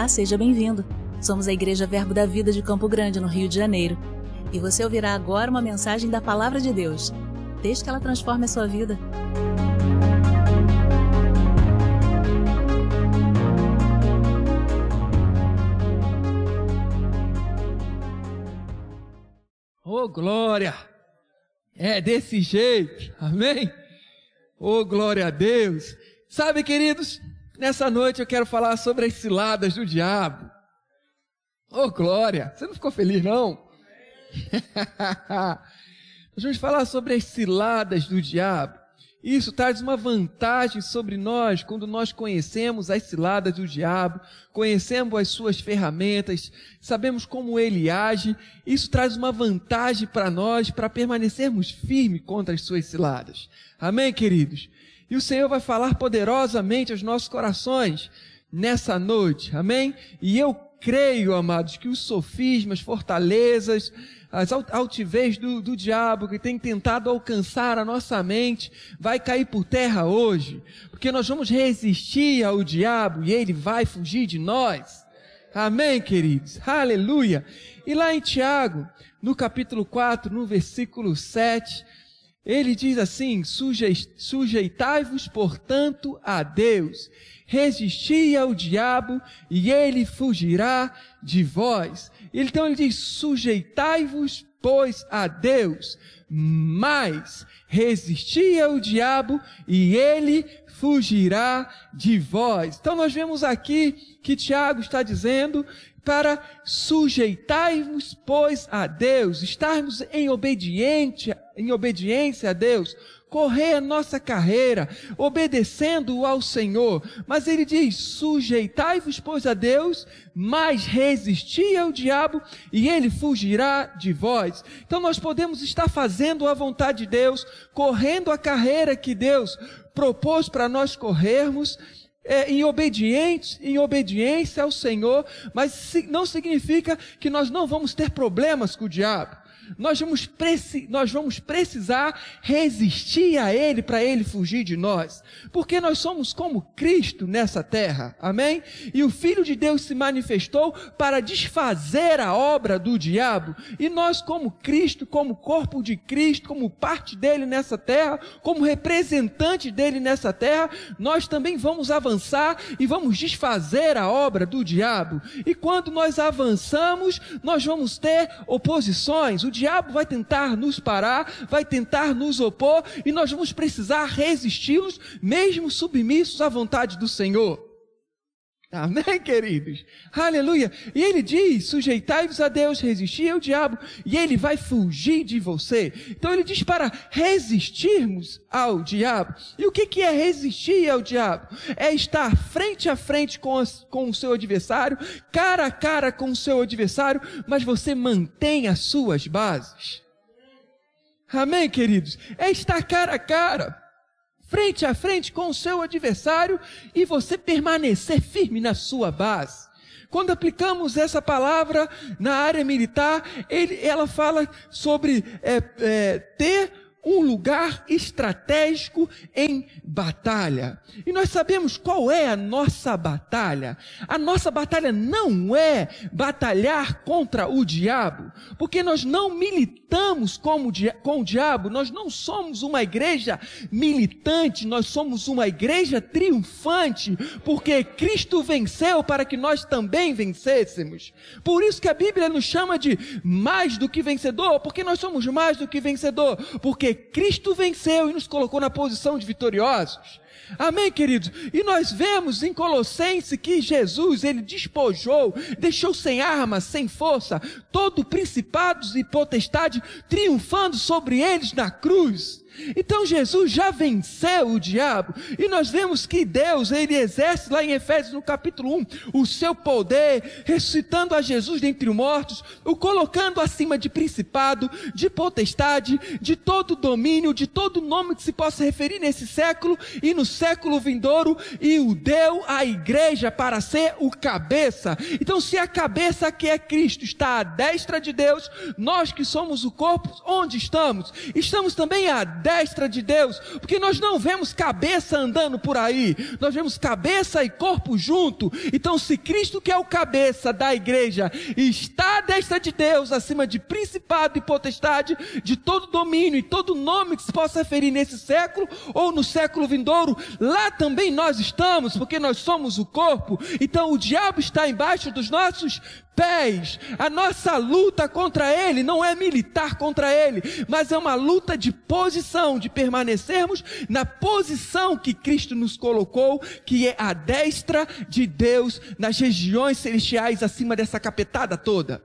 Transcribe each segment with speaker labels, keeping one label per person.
Speaker 1: Olá, seja bem-vindo. Somos a Igreja Verbo da Vida de Campo Grande, no Rio de Janeiro. E você ouvirá agora uma mensagem da Palavra de Deus. Desde que ela transforme a sua vida.
Speaker 2: Oh, glória! É desse jeito, amém? Oh, glória a Deus! Sabe, queridos, nessa noite eu quero falar sobre as ciladas do diabo. Oh, glória! Você não ficou feliz, não? Nós vamos falar sobre as ciladas do diabo. Isso traz uma vantagem sobre nós quando nós conhecemos as ciladas do diabo, conhecemos as suas ferramentas, sabemos como ele age. Isso traz uma vantagem para nós, para permanecermos firmes contra as suas ciladas. Amém, queridos? E o Senhor vai falar poderosamente aos nossos corações nessa noite. Amém? E eu creio, amados, que os sofismas, fortalezas, as altivez do diabo que tem tentado alcançar a nossa mente, vai cair por terra hoje, porque nós vamos resistir ao diabo e ele vai fugir de nós. Amém, queridos? Aleluia! E lá em Tiago, no capítulo 4, no versículo 7, ele diz assim: sujeitai-vos, portanto, a Deus, resisti ao diabo e ele fugirá de vós. Então ele diz: sujeitai-vos, pois, a Deus, mas resisti ao diabo e ele fugirá de vós. Então nós vemos aqui que Tiago está dizendo para sujeitai-vos, pois, a Deus, estarmos em obediência a Deus, correr a nossa carreira, obedecendo ao Senhor. Mas ele diz: sujeitai-vos, pois, a Deus, mas resisti ao diabo e ele fugirá de vós. Então nós podemos estar fazendo a vontade de Deus, correndo a carreira que Deus propôs para nós corrermos, em obediência ao Senhor, mas não significa que nós não vamos ter problemas com o diabo. Nós vamos precisar resistir a ele para ele fugir de nós, porque nós somos como Cristo nessa terra, amém? E o Filho de Deus se manifestou para desfazer a obra do diabo, e nós como Cristo, como corpo de Cristo, como parte dele nessa terra, como representante dele nessa terra, nós também vamos avançar e vamos desfazer a obra do diabo. E quando nós avançamos, nós vamos ter oposições. O diabo vai tentar nos parar, vai tentar nos opor, e nós vamos precisar resisti-los, mesmo submissos à vontade do Senhor. Amém, queridos? Aleluia! E ele diz: sujeitai-vos a Deus, resisti ao diabo, e ele vai fugir de você. Então ele diz para resistirmos ao diabo. E o que é resistir ao diabo? É estar frente a frente com o seu adversário, cara a cara com o seu adversário, mas você mantém as suas bases. Amém, queridos? É estar cara a cara, frente a frente com o seu adversário, e você permanecer firme na sua base. Quando aplicamos essa palavra na área militar, ela fala sobre ter um lugar estratégico em batalha. E nós sabemos qual é a nossa batalha. A nossa batalha não é batalhar contra o diabo, porque nós não militamos com o diabo. Nós não somos uma igreja militante, nós somos uma igreja triunfante, porque Cristo venceu para que nós também vencêssemos. Por isso que a Bíblia nos chama de mais do que vencedor, porque nós somos mais do que vencedor, porque Cristo venceu e nos colocou na posição de vitoriosos. Amém, queridos? E nós vemos em Colossenses que Jesus, ele despojou, deixou sem armas, sem força, todo principados e potestade, triunfando sobre eles na cruz. Então Jesus já venceu o diabo, e nós vemos que Deus, ele exerce lá em Efésios no capítulo 1, o seu poder, ressuscitando a Jesus dentre os mortos, o colocando acima de principado, de potestade, de todo domínio, de todo nome que se possa referir nesse século e no no século vindouro e o deu à igreja para ser o cabeça. Então, se a cabeça que é Cristo está à destra de Deus, nós que somos o corpo, onde estamos? Estamos também à destra de Deus, porque nós não vemos cabeça andando por aí, nós vemos cabeça e corpo junto. Então, se Cristo, que é o cabeça da igreja, está à destra de Deus, acima de principado e potestade, de todo domínio e todo nome que se possa referir nesse século ou no século vindouro, lá também nós estamos, porque nós somos o corpo. Então o diabo está embaixo dos nossos pés. A nossa luta contra ele não é militar contra ele, mas é uma luta de posição, de permanecermos na posição que Cristo nos colocou, que é a destra de Deus, nas regiões celestiais, acima dessa capetada toda.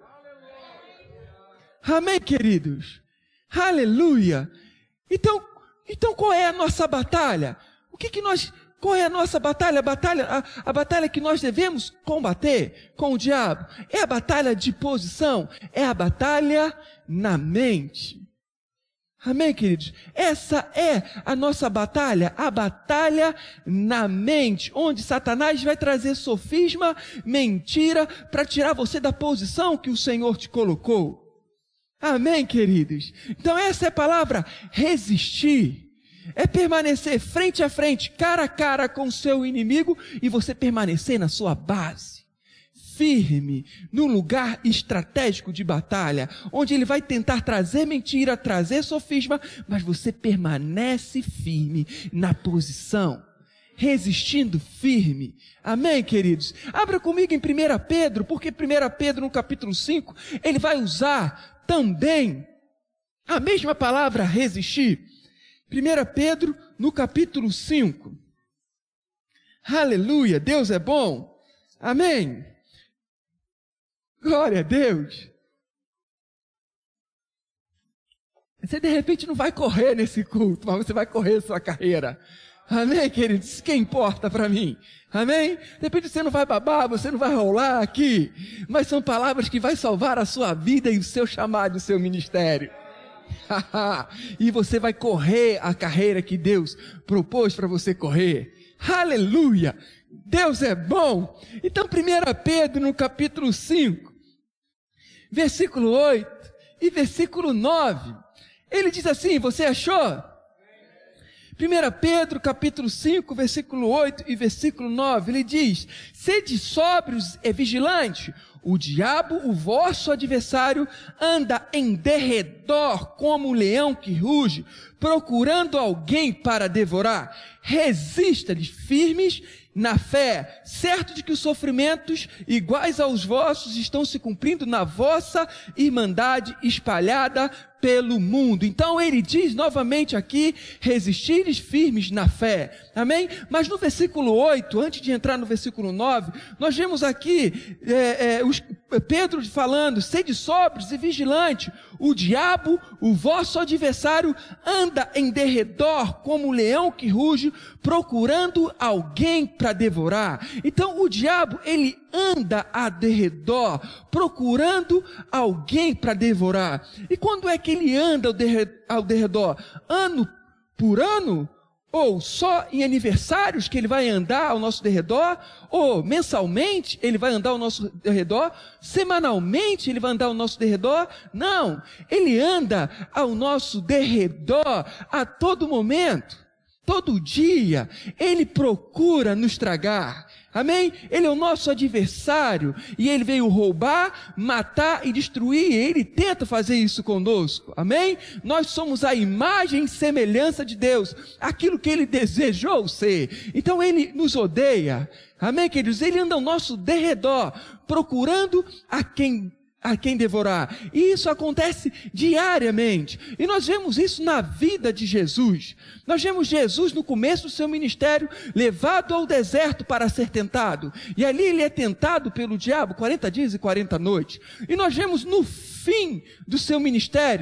Speaker 2: Amém, queridos? Aleluia! Então qual é a nossa batalha? Qual é a nossa batalha? A batalha que nós devemos combater com o diabo é a batalha de posição, é a batalha na mente. Amém, queridos? Essa é a nossa batalha, a batalha na mente, onde Satanás vai trazer sofisma, mentira, para tirar você da posição que o Senhor te colocou. Amém, queridos? Então essa é a palavra resistir. É permanecer frente a frente, cara a cara com o seu inimigo e você permanecer na sua base, firme, no lugar estratégico de batalha, onde ele vai tentar trazer mentira, trazer sofisma, mas você permanece firme na posição, resistindo firme. Amém, queridos? Abra comigo em 1 Pedro, porque 1 Pedro no capítulo 5, ele vai usar também a mesma palavra resistir. 1 Pedro no capítulo 5. Aleluia, Deus é bom. Amém. Glória a Deus. Você de repente não vai correr nesse culto, mas você vai correr sua carreira. Amém, queridos? Isso que importa para mim. Amém? De repente você não vai babar, você não vai rolar aqui, mas são palavras que vai salvar a sua vida e o seu chamado, o seu ministério. E você vai correr a carreira que Deus propôs para você correr. Aleluia! Deus é bom. Então 1 Pedro no capítulo 5, versículo 8 e versículo 9, ele diz assim, você achou? 1 Pedro capítulo 5, versículo 8 e versículo 9, ele diz, sede sóbrios e vigilantes, o diabo, o vosso adversário, anda em derredor como um leão que ruge, procurando alguém para devorar. Resista-lhes firmes na fé, certo de que os sofrimentos iguais aos vossos estão se cumprindo na vossa irmandade espalhada pelo mundo. Então ele diz novamente aqui, resistires firmes na fé, amém? Mas no versículo 8, antes de entrar no versículo 9, nós vemos aqui Pedro falando, sede sóbrios e vigilantes, o diabo, o vosso adversário, anda em derredor como um leão que ruge, procurando alguém para devorar. Então o diabo, ele anda a derredor, procurando alguém para devorar. E quando é que ele anda ao derredor? Ano por ano? Ou só em aniversários que ele vai andar ao nosso derredor? Ou mensalmente ele vai andar ao nosso derredor? Semanalmente ele vai andar ao nosso derredor? Não, ele anda ao nosso derredor a todo momento, todo dia. Ele procura nos tragar. Amém? Ele é o nosso adversário e ele veio roubar, matar e destruir, e ele tenta fazer isso conosco. Amém? Nós somos a imagem e semelhança de Deus, aquilo que ele desejou ser. Então ele nos odeia. Amém, queridos? Ele anda ao nosso derredor, procurando a quem devorar. E isso acontece diariamente. E nós vemos isso na vida de Jesus. Nós vemos Jesus no começo do seu ministério, levado ao deserto para ser tentado. E ali ele é tentado pelo diabo 40 dias e 40 noites. E nós vemos no fim do seu ministério,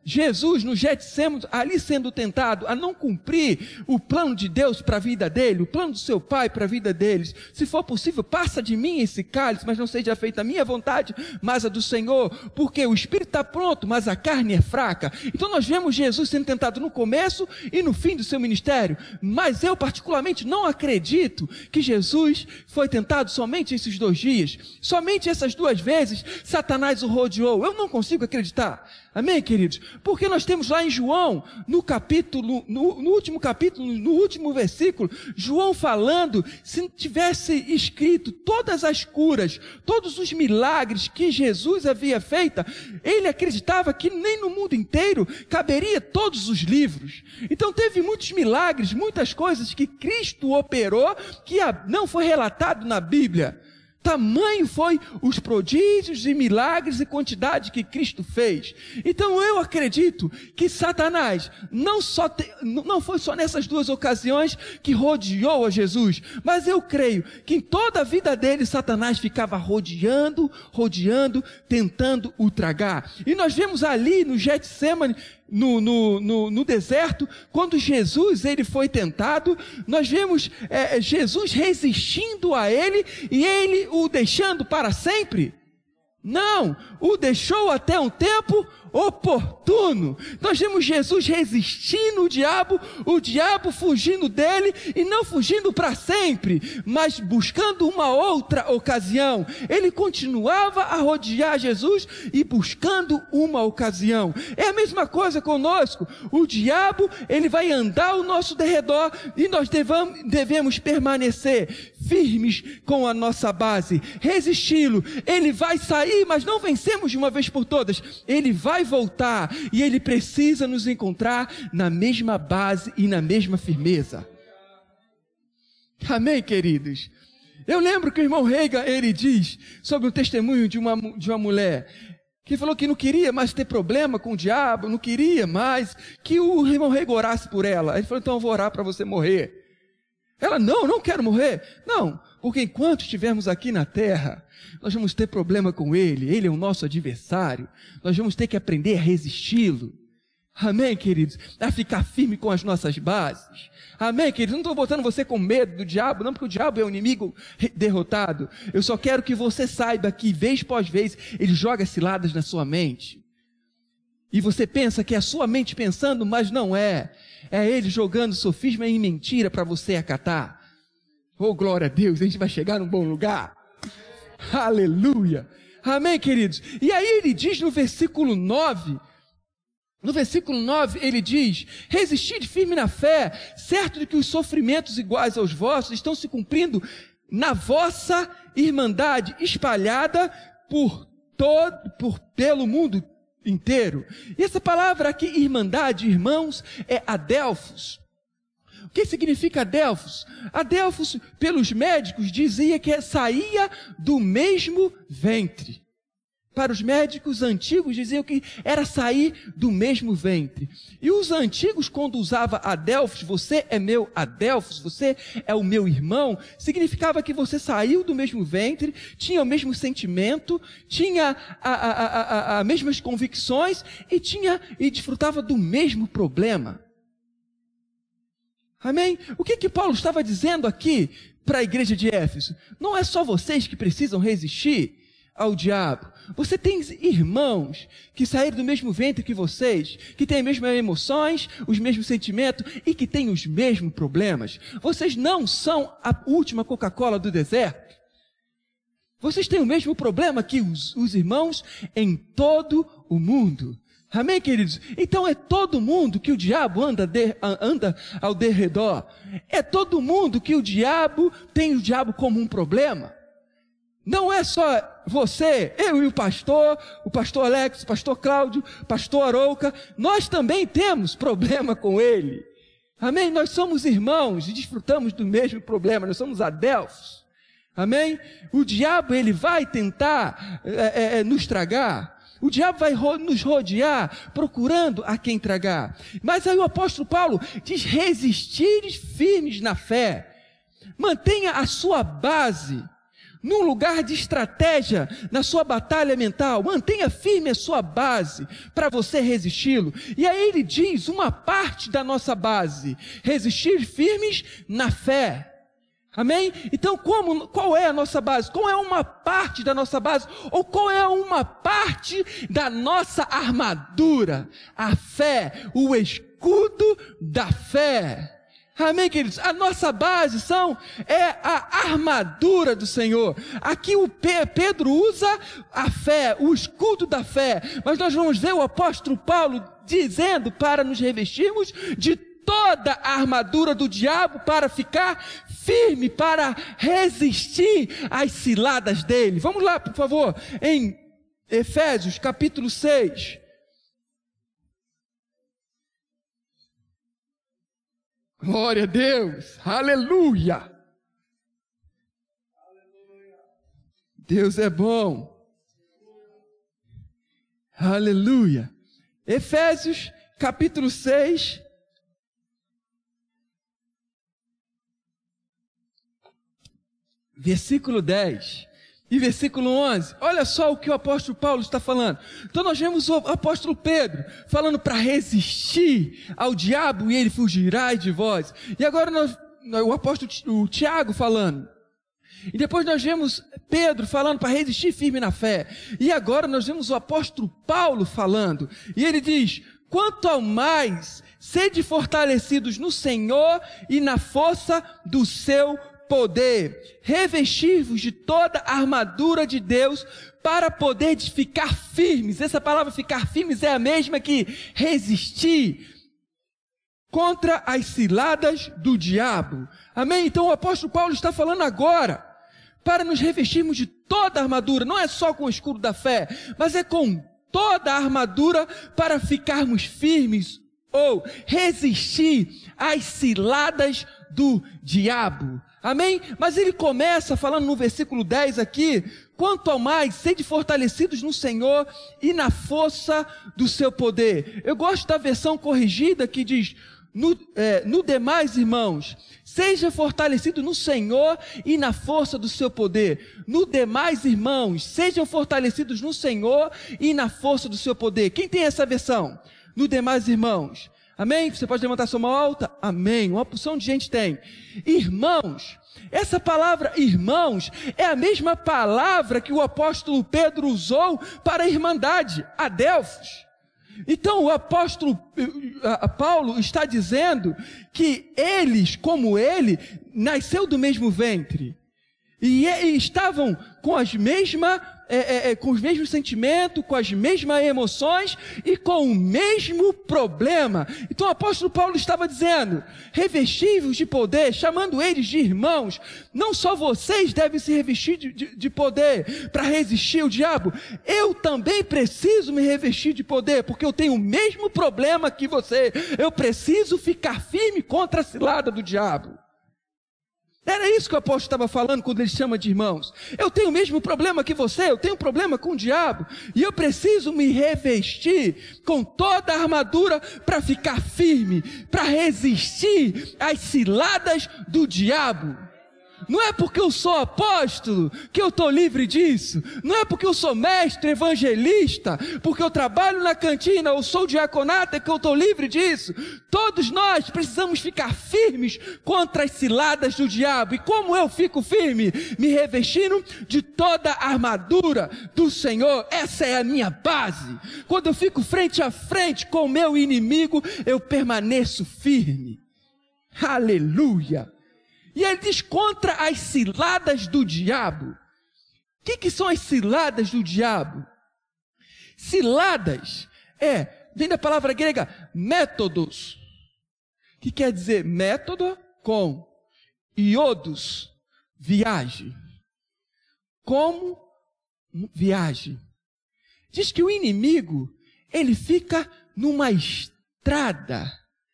Speaker 2: Jesus no Getsêmani, ali sendo tentado a não cumprir o plano de Deus para a vida dele, o plano do seu Pai para a vida deles. Se for possível, passa de mim esse cálice, mas não seja feita a minha vontade, mas a do Senhor, porque o espírito está pronto, mas a carne é fraca. Então nós vemos Jesus sendo tentado no começo e no fim do seu ministério, mas eu particularmente não acredito que Jesus foi tentado somente esses 2 dias, somente essas 2 vezes Satanás o rodeou. Eu não consigo acreditar. Amém, queridos? Porque nós temos lá em João, no último capítulo, no último versículo, João falando, se tivesse escrito todas as curas, todos os milagres que Jesus havia feito, ele acreditava que nem no mundo inteiro caberia todos os livros. Então teve muitos milagres, muitas coisas que Cristo operou, que não foi relatado na Bíblia. Tamanho foi os prodígios e milagres e quantidade que Cristo fez. Então eu acredito que Satanás não foi só nessas 2 ocasiões que rodeou a Jesus, mas eu creio que em toda a vida dele Satanás ficava rodeando, tentando o tragar. E nós vemos ali no Getsêmani, no deserto, quando Jesus ele foi tentado, nós vemos Jesus resistindo a ele e ele o deixando para sempre? Não, o deixou até um tempo oportuno. Nós vemos Jesus resistindo o diabo fugindo dele, e não fugindo para sempre, mas buscando uma outra ocasião. Ele continuava a rodear Jesus e buscando uma ocasião. É a mesma coisa conosco. O diabo, ele vai andar ao nosso derredor, e nós devemos permanecer firmes com a nossa base, resisti-lo. Ele vai sair, mas não vencemos de uma vez por todas. Ele vai voltar, e ele precisa nos encontrar na mesma base e na mesma firmeza. Amém, queridos? Eu lembro que o irmão Reagan, ele diz sobre o testemunho de uma mulher que falou que não queria mais ter problema com o diabo, não queria mais que o irmão Reagan orasse por ela. Ele falou: então eu vou orar para você morrer. Ela: não quero morrer. Não, porque enquanto estivermos aqui na terra, nós vamos ter problema com ele é o nosso adversário, nós vamos ter que aprender a resisti-lo. Amém, queridos? A ficar firme com as nossas bases. Amém, queridos? Não estou botando você com medo do diabo, não, porque o diabo é um inimigo derrotado. Eu só quero que você saiba que, vez após vez, ele joga ciladas na sua mente. E você pensa que é a sua mente pensando, mas não é. É ele jogando sofisma e mentira para você acatar. Oh, glória a Deus, a gente vai chegar num bom lugar. Aleluia. Amém, queridos? E aí ele diz no versículo 9, ele diz: resistir firme na fé, certo de que os sofrimentos iguais aos vossos estão se cumprindo na vossa irmandade, espalhada pelo mundo inteiro. E essa palavra aqui, irmandade, irmãos, é adelphos. O que significa adelphos? Adelphos, pelos médicos, dizia que saía do mesmo ventre. Para os médicos antigos, diziam que era sair do mesmo ventre. E os antigos, quando usava adelphos, você é meu adelphos, você é o meu irmão, significava que você saiu do mesmo ventre, tinha o mesmo sentimento, tinha as mesmas convicções e desfrutava do mesmo problema. Amém? O que Paulo estava dizendo aqui para a igreja de Éfeso? Não é só vocês que precisam resistir ao diabo. Você tem irmãos que saíram do mesmo ventre que vocês, que têm as mesmas emoções, os mesmos sentimentos e que têm os mesmos problemas. Vocês não são a última Coca-Cola do deserto. Vocês têm o mesmo problema que os irmãos em todo o mundo. Amém, queridos? Então é todo mundo que o diabo anda ao derredor. É todo mundo que o diabo tem como um problema. Não é só você, eu e o pastor Alex, o pastor Cláudio, o pastor Arouca. Nós também temos problema com ele. Amém? Nós somos irmãos e desfrutamos do mesmo problema. Nós somos adelphos. Amém? O diabo, ele vai tentar nos tragar. O diabo vai nos rodear, procurando a quem tragar. Mas aí o apóstolo Paulo diz: resistir firmes na fé. Mantenha a sua base num lugar de estratégia na sua batalha mental. Mantenha firme a sua base para você resisti-lo. E aí ele diz uma parte da nossa base: resistir firmes na fé. Amém? Então qual é a nossa base? Qual é uma parte da nossa base? Ou qual é uma parte da nossa armadura? A fé, o escudo da fé. Amém, queridos? A nossa base é a armadura do Senhor. Aqui o Pedro usa a fé, o escudo da fé. Mas nós vamos ver o apóstolo Paulo dizendo para nos revestirmos de toda a armadura do diabo para ficar firme, para resistir às ciladas dele. Vamos lá, por favor, em Efésios capítulo 6. Glória a Deus, aleluia. Deus é bom, aleluia. Efésios capítulo 6, versículo 10 e versículo 11, olha só o que o apóstolo Paulo está falando. Então nós vemos o apóstolo Pedro falando para resistir ao diabo e ele fugirá de vós. E agora o apóstolo Tiago falando. E depois nós vemos Pedro falando para resistir firme na fé. E agora nós vemos o apóstolo Paulo falando. E ele diz: quanto ao mais, sede fortalecidos no Senhor e na força do seu poder, revestir-vos de toda a armadura de Deus para poder ficar firmes. Essa palavra ficar firmes é a mesma que resistir contra as ciladas do diabo. Amém? Então o apóstolo Paulo está falando agora para nos revestirmos de toda a armadura. Não é só com o escudo da fé, mas é com toda a armadura para ficarmos firmes ou resistir às ciladas do diabo. Amém? Mas ele começa falando no versículo 10 aqui: quanto ao mais, sede fortalecidos no Senhor e na força do seu poder. Eu gosto da versão corrigida que diz: no demais, irmãos, seja fortalecido no Senhor e na força do seu poder. No demais, irmãos, sejam fortalecidos no Senhor e na força do seu poder. Quem tem essa versão? No demais, irmãos. Amém? Você pode levantar sua mão alta? Amém. Uma porção de gente tem. Irmãos. Essa palavra irmãos é a mesma palavra que o apóstolo Pedro usou para a irmandade, adelphos. Então o apóstolo Paulo está dizendo que eles, como ele, nasceu do mesmo ventre. E estavam com as mesmas... com os mesmos sentimentos, com as mesmas emoções e com o mesmo problema. Então o apóstolo Paulo estava dizendo: revestivos de poder, chamando eles de irmãos. Não só vocês devem se revestir de poder para resistir ao diabo, eu também preciso me revestir de poder, porque eu tenho o mesmo problema que você. Eu preciso ficar firme contra a cilada do diabo. Era isso que o apóstolo estava falando quando ele chama de irmãos. Eu tenho o mesmo problema que você, eu tenho problema com o diabo, e eu preciso me revestir com toda a armadura para ficar firme, para resistir às ciladas do diabo. Não é porque eu sou apóstolo que eu estou livre disso. Não é porque eu sou mestre, evangelista, porque eu trabalho na cantina ou sou diaconata que eu estou livre disso. Todos nós precisamos ficar firmes contra as ciladas do diabo. E como eu fico firme? Me revestindo de toda a armadura do Senhor. Essa é a minha base. Quando eu fico frente a frente com o meu inimigo, eu permaneço firme. Aleluia! E ele diz: contra as ciladas do diabo. O que são as ciladas do diabo? Ciladas vem da palavra grega métodos, que quer dizer método com iodos, viagem. Como viagem. Diz que o inimigo, ele fica numa estrada,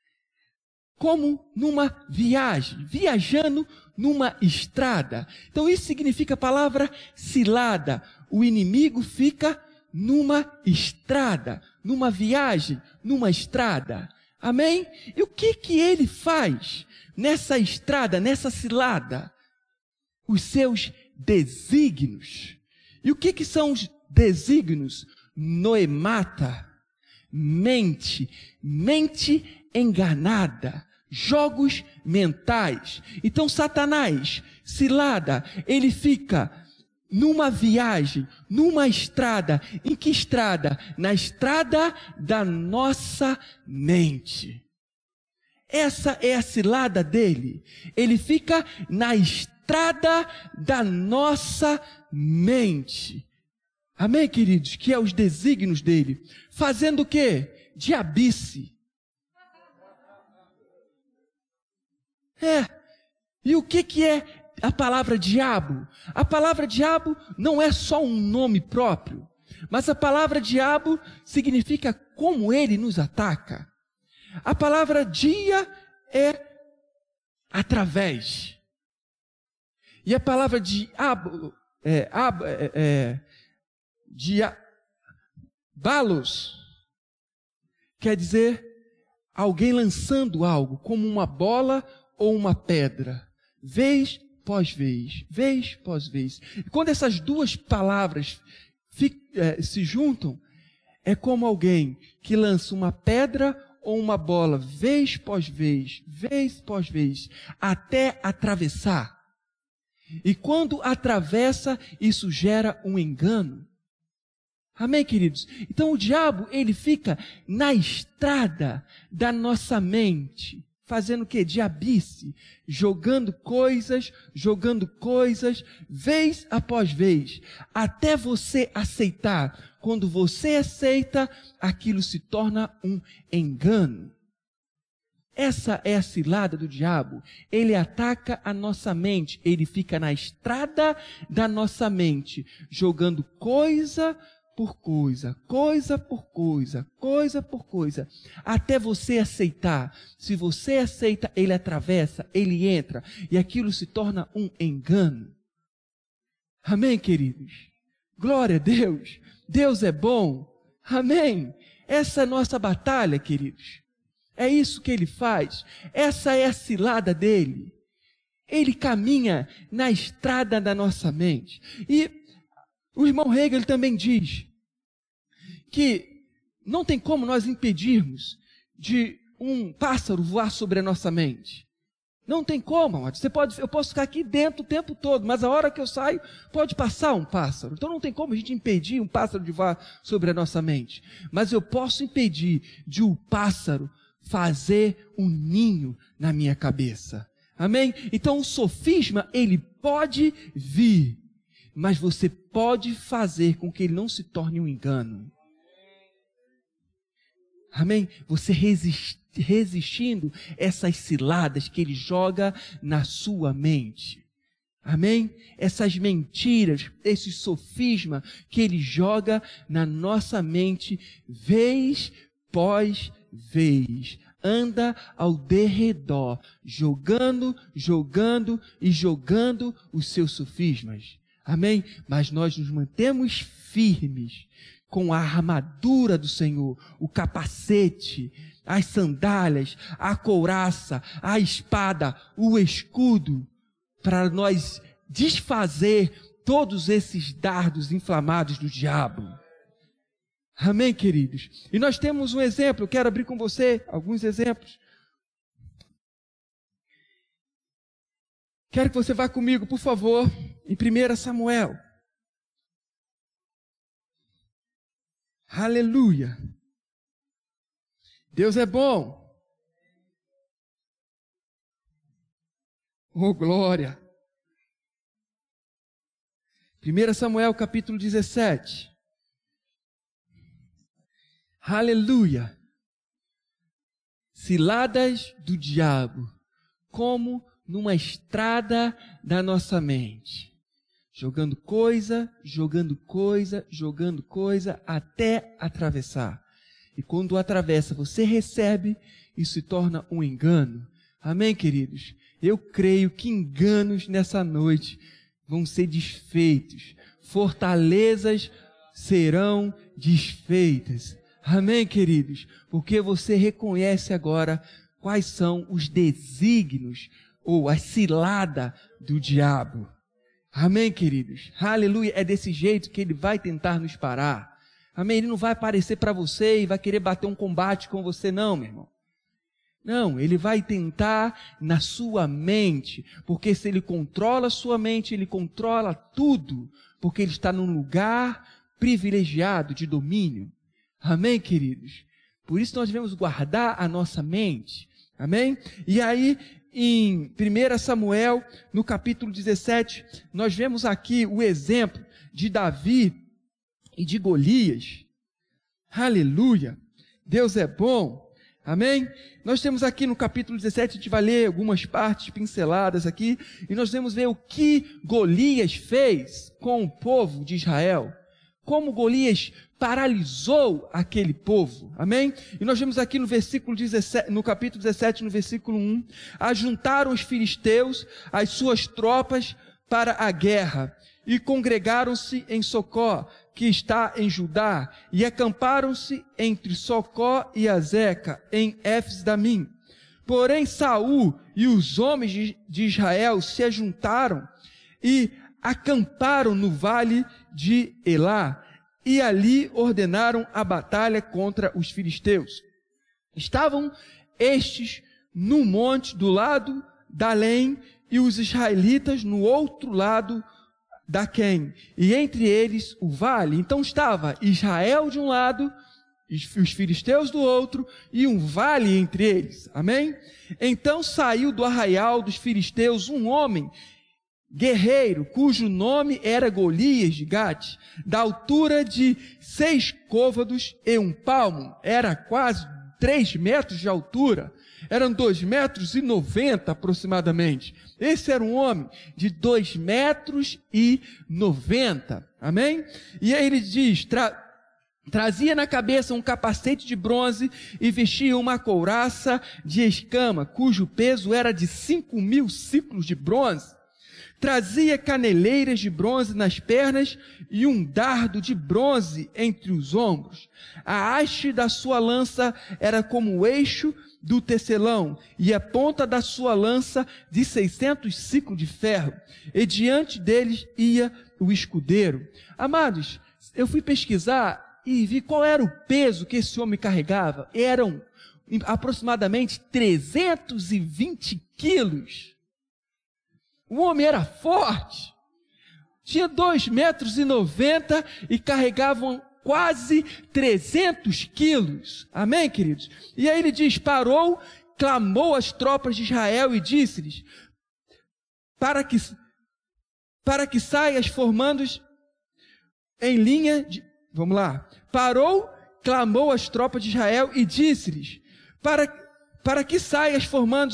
Speaker 2: como numa viagem, viajando numa estrada. Então isso significa a palavra cilada. O inimigo fica numa estrada, numa viagem, numa estrada. Amém? E o que ele faz nessa estrada, nessa cilada? Os seus desígnios. E o que são os desígnios? Noemata, mente enganada, jogos mentais. Então Satanás, cilada, ele fica numa viagem, numa estrada. Em que estrada? Na estrada da nossa mente. Essa é a cilada dele. Ele fica na estrada da nossa mente. Amém, queridos? Que é os desígnios dele. Fazendo o quê? Diabice. E o que é a palavra diabo? A palavra diabo não é só um nome próprio, mas a palavra diabo significa como ele nos ataca. A palavra dia é através. E a palavra diabo diabalos quer dizer alguém lançando algo, como uma bola ou uma pedra, vez pós vez, vez pós vez. E quando essas duas palavras se juntam, é como alguém que lança uma pedra ou uma bola, vez pós vez, até atravessar. E quando atravessa, isso gera um engano. Amém, queridos? Então o diabo, ele fica na estrada da nossa mente, fazendo o quê? Diabice, jogando coisas, vez após vez, até você aceitar. Quando você aceita, aquilo se torna um engano. Essa é a cilada do diabo. Ele ataca a nossa mente, ele fica na estrada da nossa mente, jogando coisa por coisa, até você aceitar. Se você aceita, ele atravessa, ele entra, e aquilo se torna um engano. Amém, queridos? Glória a Deus. Deus é bom. Amém. Essa é a nossa batalha, queridos. É isso que ele faz. Essa é a cilada dele. Ele caminha na estrada da nossa mente. E o irmão Hegel também diz que não tem como nós impedirmos de um pássaro voar sobre a nossa mente. Não tem como, amado. Eu posso ficar aqui dentro o tempo todo, mas a hora que eu saio, pode passar um pássaro. Então não tem como a gente impedir um pássaro de voar sobre a nossa mente. Mas eu posso impedir de um pássaro fazer um ninho na minha cabeça. Amém? Então o sofisma, ele pode vir, mas você pode fazer com que ele não se torne um engano. Amém? Você resistindo essas ciladas que ele joga na sua mente. Amém? Essas mentiras, esse sofisma que ele joga na nossa mente, vez pós vez. Anda ao derredor, jogando os seus sofismas. Amém? Mas nós nos mantemos firmes com a armadura do Senhor, o capacete, as sandálias, a couraça, a espada, o escudo, para nós desfazer todos esses dardos inflamados do diabo. Amém, queridos? E nós temos um exemplo, eu quero abrir com você alguns exemplos. Quero que você vá comigo, por favor, em 1 Samuel. Aleluia! Deus é bom. Oh, glória! 1 Samuel capítulo 17. Aleluia! Ciladas do diabo, como numa estrada da nossa mente. Jogando coisa, até atravessar. E quando atravessa, você recebe e se torna um engano. Amém, queridos? Eu creio que enganos nessa noite vão ser desfeitos. Fortalezas serão desfeitas. Amém, queridos? Porque você reconhece agora quais são os desígnios ou a cilada do diabo. Amém, queridos? Aleluia, é desse jeito que ele vai tentar nos parar. Amém, ele não vai aparecer para você e vai querer bater um combate com você, não, meu irmão. Não, ele vai tentar na sua mente, porque se ele controla a sua mente, ele controla tudo, porque ele está num lugar privilegiado de domínio. Amém, queridos? Por isso nós devemos guardar a nossa mente. Amém? E aí, em 1 Samuel, no capítulo 17, nós vemos aqui o exemplo de Davi e de Golias. Aleluia! Deus é bom. Amém? Nós temos aqui no capítulo 17, a gente vai ler algumas partes pinceladas aqui, e nós vamos ver o que Golias fez com o povo de Israel. Como Golias paralisou aquele povo. Amém? E nós vemos aqui no versículo 17, no capítulo 17, no versículo 1, ajuntaram os filisteus, as suas tropas, para a guerra, e congregaram-se em Socó, que está em Judá, e acamparam-se entre Socó e Azeca, em Éfes-Damim. Porém Saul e os homens de Israel se ajuntaram e acamparam no vale de Elá, e ali ordenaram a batalha contra os filisteus. Estavam estes no monte do lado da Além, e os israelitas no outro lado da Quém, e entre eles o vale. Então estava Israel de um lado, os filisteus do outro, e um vale entre eles. Amém? Então saiu do arraial dos filisteus um homem guerreiro, cujo nome era Golias de Gate, da altura de 6 côvados e 1 palmo, era quase 3 metros de altura, eram 2,90 metros aproximadamente. Esse era um homem de 2,90 metros. Amém? E aí ele diz, trazia na cabeça um capacete de bronze e vestia uma couraça de escama, cujo peso era de 5.000 ciclos de bronze. Trazia caneleiras de bronze nas pernas e um dardo de bronze entre os ombros. A haste da sua lança era como o eixo do tecelão, e a ponta da sua lança de 600 ciclos de ferro. E diante deles ia o escudeiro. Amados, eu fui pesquisar e vi qual era o peso que esse homem carregava. Eram aproximadamente 320 quilos. O homem era forte, tinha 2,90 metros e carregavam quase 300 quilos. Amém, queridos? E aí ele diz, parou, clamou às tropas de Israel e disse-lhes, para que saias formando em linha de... Vamos lá. Parou, clamou às tropas de Israel e disse-lhes, para que saias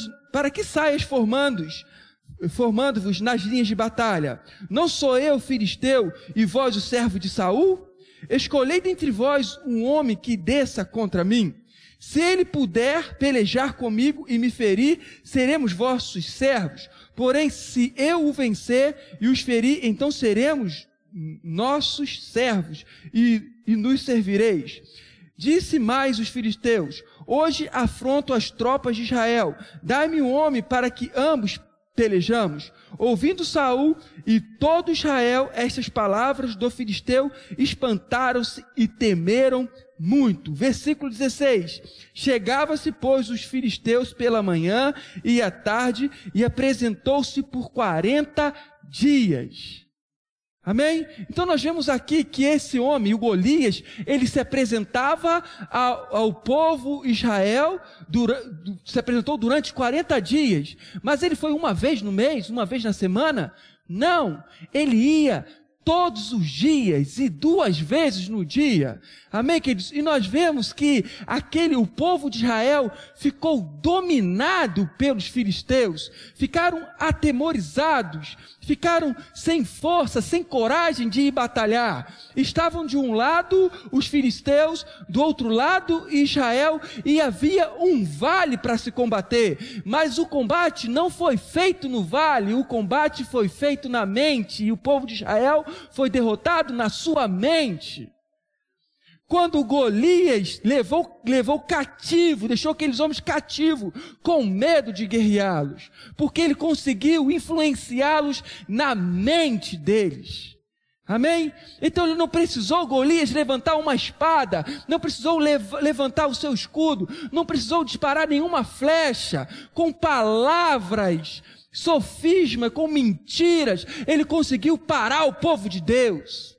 Speaker 2: formando-vos nas linhas de batalha. Não sou eu filisteu e vós o servo de Saul? Escolhei dentre vós um homem que desça contra mim. Se ele puder pelejar comigo e me ferir, seremos vossos servos. Porém, se eu o vencer e os ferir, então seremos nossos servos e nos servireis. Disse mais os filisteus, hoje afronto as tropas de Israel. Dai-me um homem para que ambos pelejamos. Ouvindo Saul e todo Israel estas palavras do filisteu, espantaram-se e temeram muito. Versículo 16. Chegava-se, pois, os filisteus pela manhã e à tarde, e apresentou-se por 40 dias. Amém? Então nós vemos aqui que esse homem, o Golias, ele se apresentava ao povo Israel, se apresentou durante 40 dias, mas ele foi uma vez no mês, uma vez na semana? Não, ele ia todos os dias e 2 vezes no dia. Amém, queridos? E nós vemos que o povo de Israel ficou dominado pelos filisteus, ficaram atemorizados, ficaram sem força, sem coragem de ir batalhar. Estavam de um lado os filisteus, do outro lado Israel, e havia um vale para se combater. Mas o combate não foi feito no vale, o combate foi feito na mente, e o povo de Israel foi derrotado na sua mente. quando Golias levou cativo, deixou aqueles homens cativos, com medo de guerreá-los, porque ele conseguiu influenciá-los na mente deles. Amém? Então ele não precisou, Golias, levantar uma espada, não precisou levantar o seu escudo, não precisou disparar nenhuma flecha, com palavras, sofisma, com mentiras, ele conseguiu parar o povo de Deus.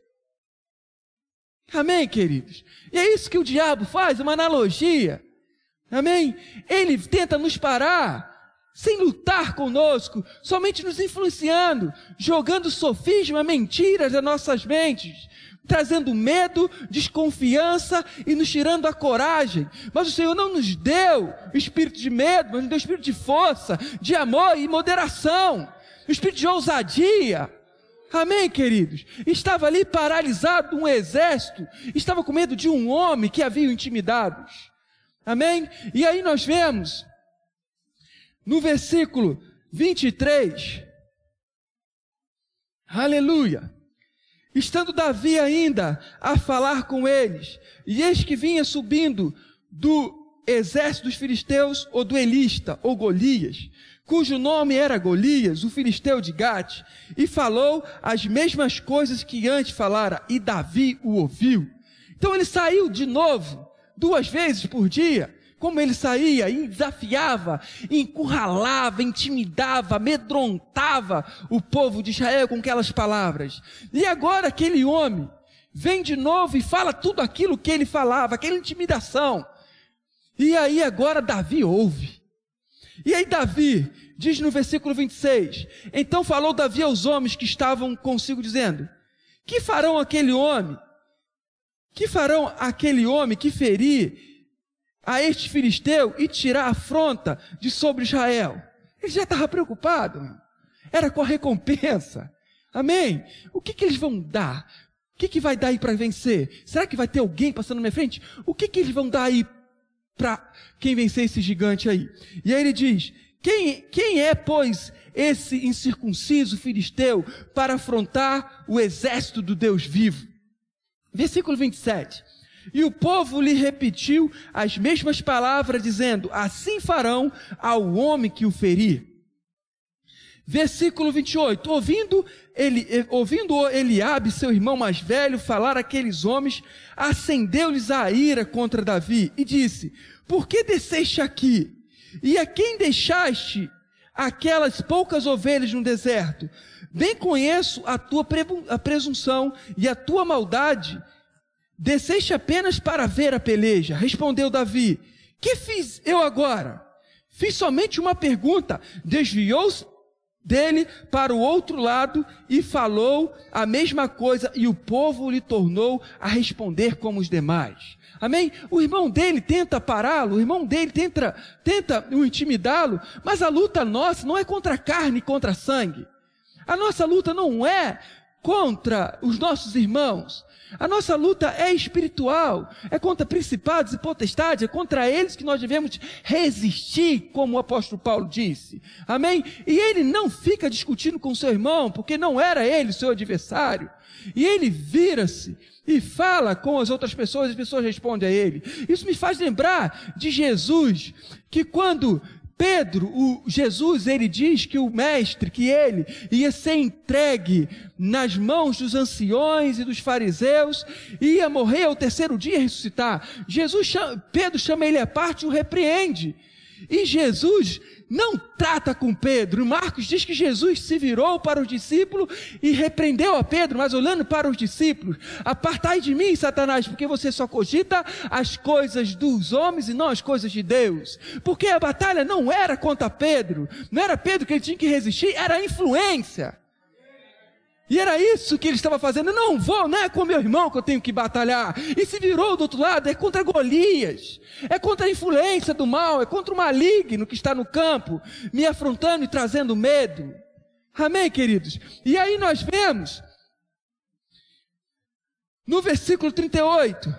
Speaker 2: Amém, queridos? E é isso que o diabo faz, uma analogia. Amém? Ele tenta nos parar, sem lutar conosco, somente nos influenciando, jogando sofisma, mentiras nas nossas mentes, trazendo medo, desconfiança e nos tirando a coragem. Mas o Senhor não nos deu o espírito de medo, mas nos deu o espírito de força, de amor e moderação, o espírito de ousadia. Amém, queridos? Estava ali paralisado um exército, estava com medo de um homem que havia intimidados. Amém? E aí nós vemos, no versículo 23, aleluia, estando Davi ainda a falar com eles, e eis que vinha subindo do exército dos filisteus, ou do Elista, ou Golias, cujo nome era Golias, o filisteu de Gate, e falou as mesmas coisas que antes falara, e Davi o ouviu. Então ele saiu de novo, 2 vezes por dia, como ele saía e desafiava, encurralava, intimidava, amedrontava o povo de Israel com aquelas palavras. E agora aquele homem vem de novo e fala tudo aquilo que ele falava, aquela intimidação. E aí agora Davi ouve. E aí Davi diz no versículo 26, então falou Davi aos homens que estavam consigo dizendo, que farão aquele homem que ferir a este filisteu e tirar a afronta de sobre Israel? Ele já estava preocupado, era com a recompensa. Amém? O que eles vão dar? O que vai dar aí para vencer? Será que vai ter alguém passando na minha frente? O que eles vão dar aí para quem vencer esse gigante aí? E aí ele diz, quem é, pois, esse incircunciso filisteu para afrontar o exército do Deus vivo? Versículo 27. E o povo lhe repetiu as mesmas palavras, dizendo, assim farão ao homem que o ferir. Versículo 28. Ouvindo Eliabe, seu irmão mais velho, falar aqueles homens, acendeu-lhes a ira contra Davi e disse, por que desceste aqui? E a quem deixaste aquelas poucas ovelhas no deserto? Bem conheço a tua presunção e a tua maldade. Desceste apenas para ver a peleja. Respondeu Davi, que fiz eu agora? Fiz somente uma pergunta. Desviou-se dele para o outro lado e falou a mesma coisa, e o povo lhe tornou a responder como os demais. Amém? O irmão dele tenta pará-lo, o irmão dele tenta o intimidá-lo, mas a luta nossa não é contra a carne e contra sangue. A nossa luta não é contra os nossos irmãos. A nossa luta é espiritual, é contra principados e potestades, é contra eles que nós devemos resistir, como o apóstolo Paulo disse. Amém? E ele não fica discutindo com seu irmão, porque não era ele o seu adversário. E ele vira-se e fala com as outras pessoas, as pessoas respondem a ele. Isso me faz lembrar de Jesus, que quando Jesus, ele diz que o mestre, que ele ia ser entregue nas mãos dos anciões e dos fariseus, ia morrer ao 3º dia e ressuscitar. Pedro chama ele à parte e o repreende. E Jesus não trata com Pedro. Marcos diz que Jesus se virou para os discípulos e repreendeu a Pedro, mas olhando para os discípulos, apartai de mim, Satanás, porque você só cogita as coisas dos homens e não as coisas de Deus. Porque a batalha não era contra Pedro, não era Pedro que ele tinha que resistir, era a influência. E era isso que ele estava fazendo. Não é com meu irmão que eu tenho que batalhar. E se virou do outro lado, é contra Golias, é contra a influência do mal, é contra o maligno que está no campo, me afrontando e trazendo medo. Amém, queridos? E aí nós vemos, no versículo 38,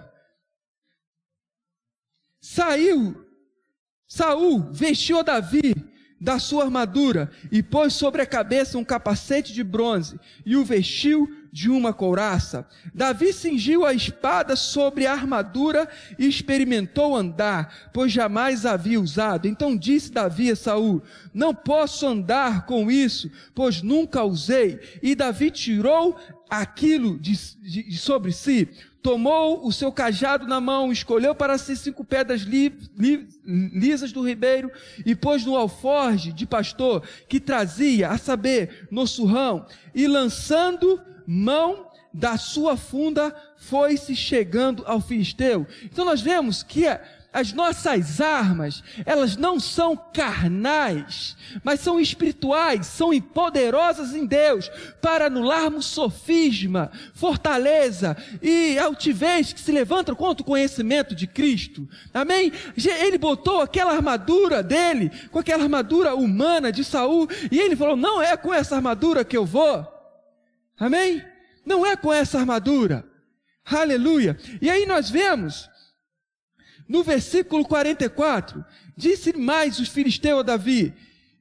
Speaker 2: Saul vestiu a Davi da sua armadura e pôs sobre a cabeça um capacete de bronze e o vestiu de uma couraça. Davi cingiu a espada sobre a armadura e experimentou andar, pois jamais havia usado. Então disse Davi a Saul: não posso andar com isso, pois nunca usei. E Davi tirou aquilo de sobre si, tomou o seu cajado na mão, escolheu para si 5 pedras lisas do ribeiro e pôs no alforje de pastor que trazia, a saber, no surrão, e lançando mão da sua funda, foi-se chegando ao filisteu. Então nós vemos que as nossas armas, elas não são carnais, mas são espirituais, são poderosas em Deus, para anularmos sofisma, fortaleza e altivez que se levantam contra o conhecimento de Cristo. Amém? Ele botou aquela armadura dele, com aquela armadura humana de Saul, e ele falou: não é com essa armadura que eu vou. Amém? Não é com essa armadura. Aleluia. E aí nós vemos no versículo 44, disse mais os filisteus a Davi: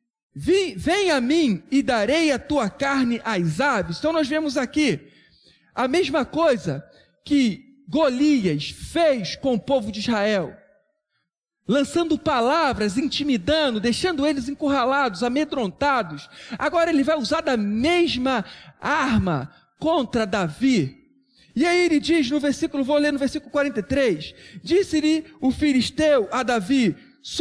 Speaker 2: vem a mim e darei a tua carne às aves. Então nós vemos aqui a mesma coisa que Golias fez com o povo de Israel, lançando palavras, intimidando, deixando eles encurralados, amedrontados. Agora ele vai usar da mesma arma contra Davi. E aí ele diz no versículo, vou ler no versículo 43, disse-lhe o filisteu a Davi: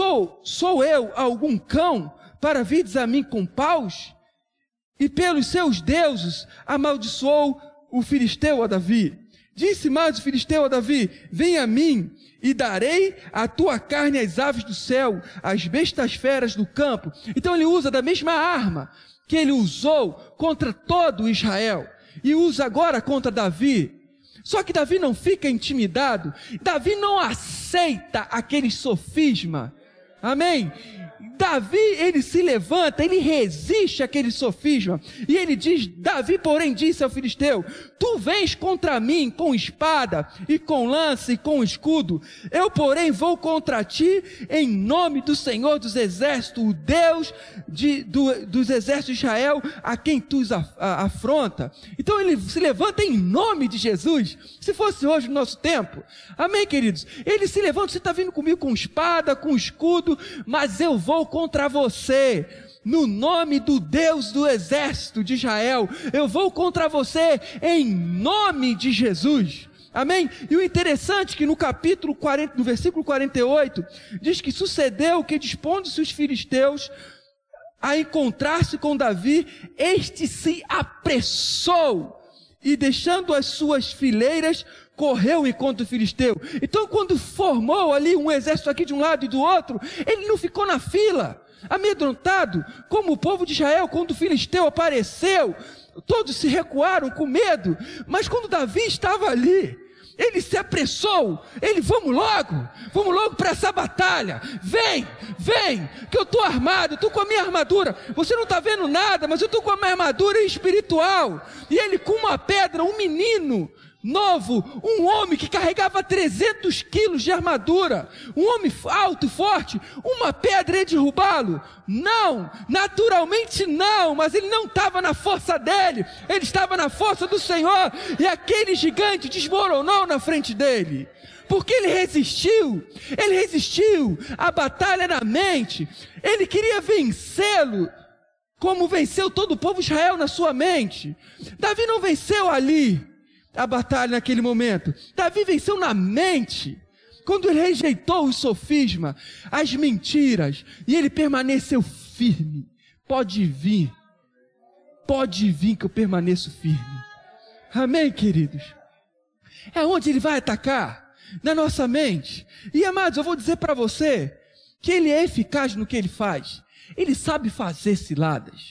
Speaker 2: sou eu algum cão para virdes a mim com paus? E pelos seus deuses amaldiçoou o filisteu a Davi. Disse mais o filisteu a Davi: vem a mim e darei a tua carne às aves do céu, às bestas feras do campo. Então ele usa da mesma arma que ele usou contra todo Israel, e usa agora contra Davi. Só que Davi não fica intimidado, Davi não aceita aquele sofisma, amém? Davi, ele se levanta, ele resiste àquele sofisma, e ele diz, Davi porém disse ao filisteu: tu vens contra mim com espada, e com lança, e com escudo, eu porém vou contra ti em nome do Senhor dos exércitos, o Deus dos exércitos de Israel, a quem tu afronta. Então ele se levanta em nome de Jesus. Se fosse hoje no nosso tempo, amém, queridos? Ele se levanta: você está vindo comigo com espada, com escudo, mas eu vou contra você, no nome do Deus do exército de Israel, eu vou contra você em nome de Jesus, amém? E o interessante é que no capítulo 40, no versículo 48, diz que sucedeu que, dispondo-se os filisteus a encontrar-se com Davi, este se apressou e, deixando as suas fileiras, correu enquanto o filisteu. Então quando formou ali um exército aqui de um lado e do outro, ele não ficou na fila, amedrontado, como o povo de Israel. Quando o filisteu apareceu, todos se recuaram com medo, mas quando Davi estava ali, ele se apressou, ele, vamos logo para essa batalha, vem, que eu estou armado, estou com a minha armadura, você não está vendo nada, mas eu estou com a minha armadura espiritual. E ele com uma pedra, um menino novo, um homem que carregava 300 quilos de armadura, um homem alto e forte, uma pedra ia derrubá-lo? Não, naturalmente não, mas ele não estava na força dele, ele estava na força do Senhor, e aquele gigante desmoronou na frente dele, porque ele resistiu, a batalha na mente, ele queria vencê-lo, como venceu todo o povo de Israel na sua mente. Davi não venceu ali a batalha naquele momento, Davi venceu na mente, quando ele rejeitou o sofisma, as mentiras, e ele permaneceu firme. Pode vir que eu permaneço firme, amém, queridos? É onde ele vai atacar, na nossa mente. E amados, eu vou dizer para você, que ele é eficaz no que ele faz, ele sabe fazer ciladas,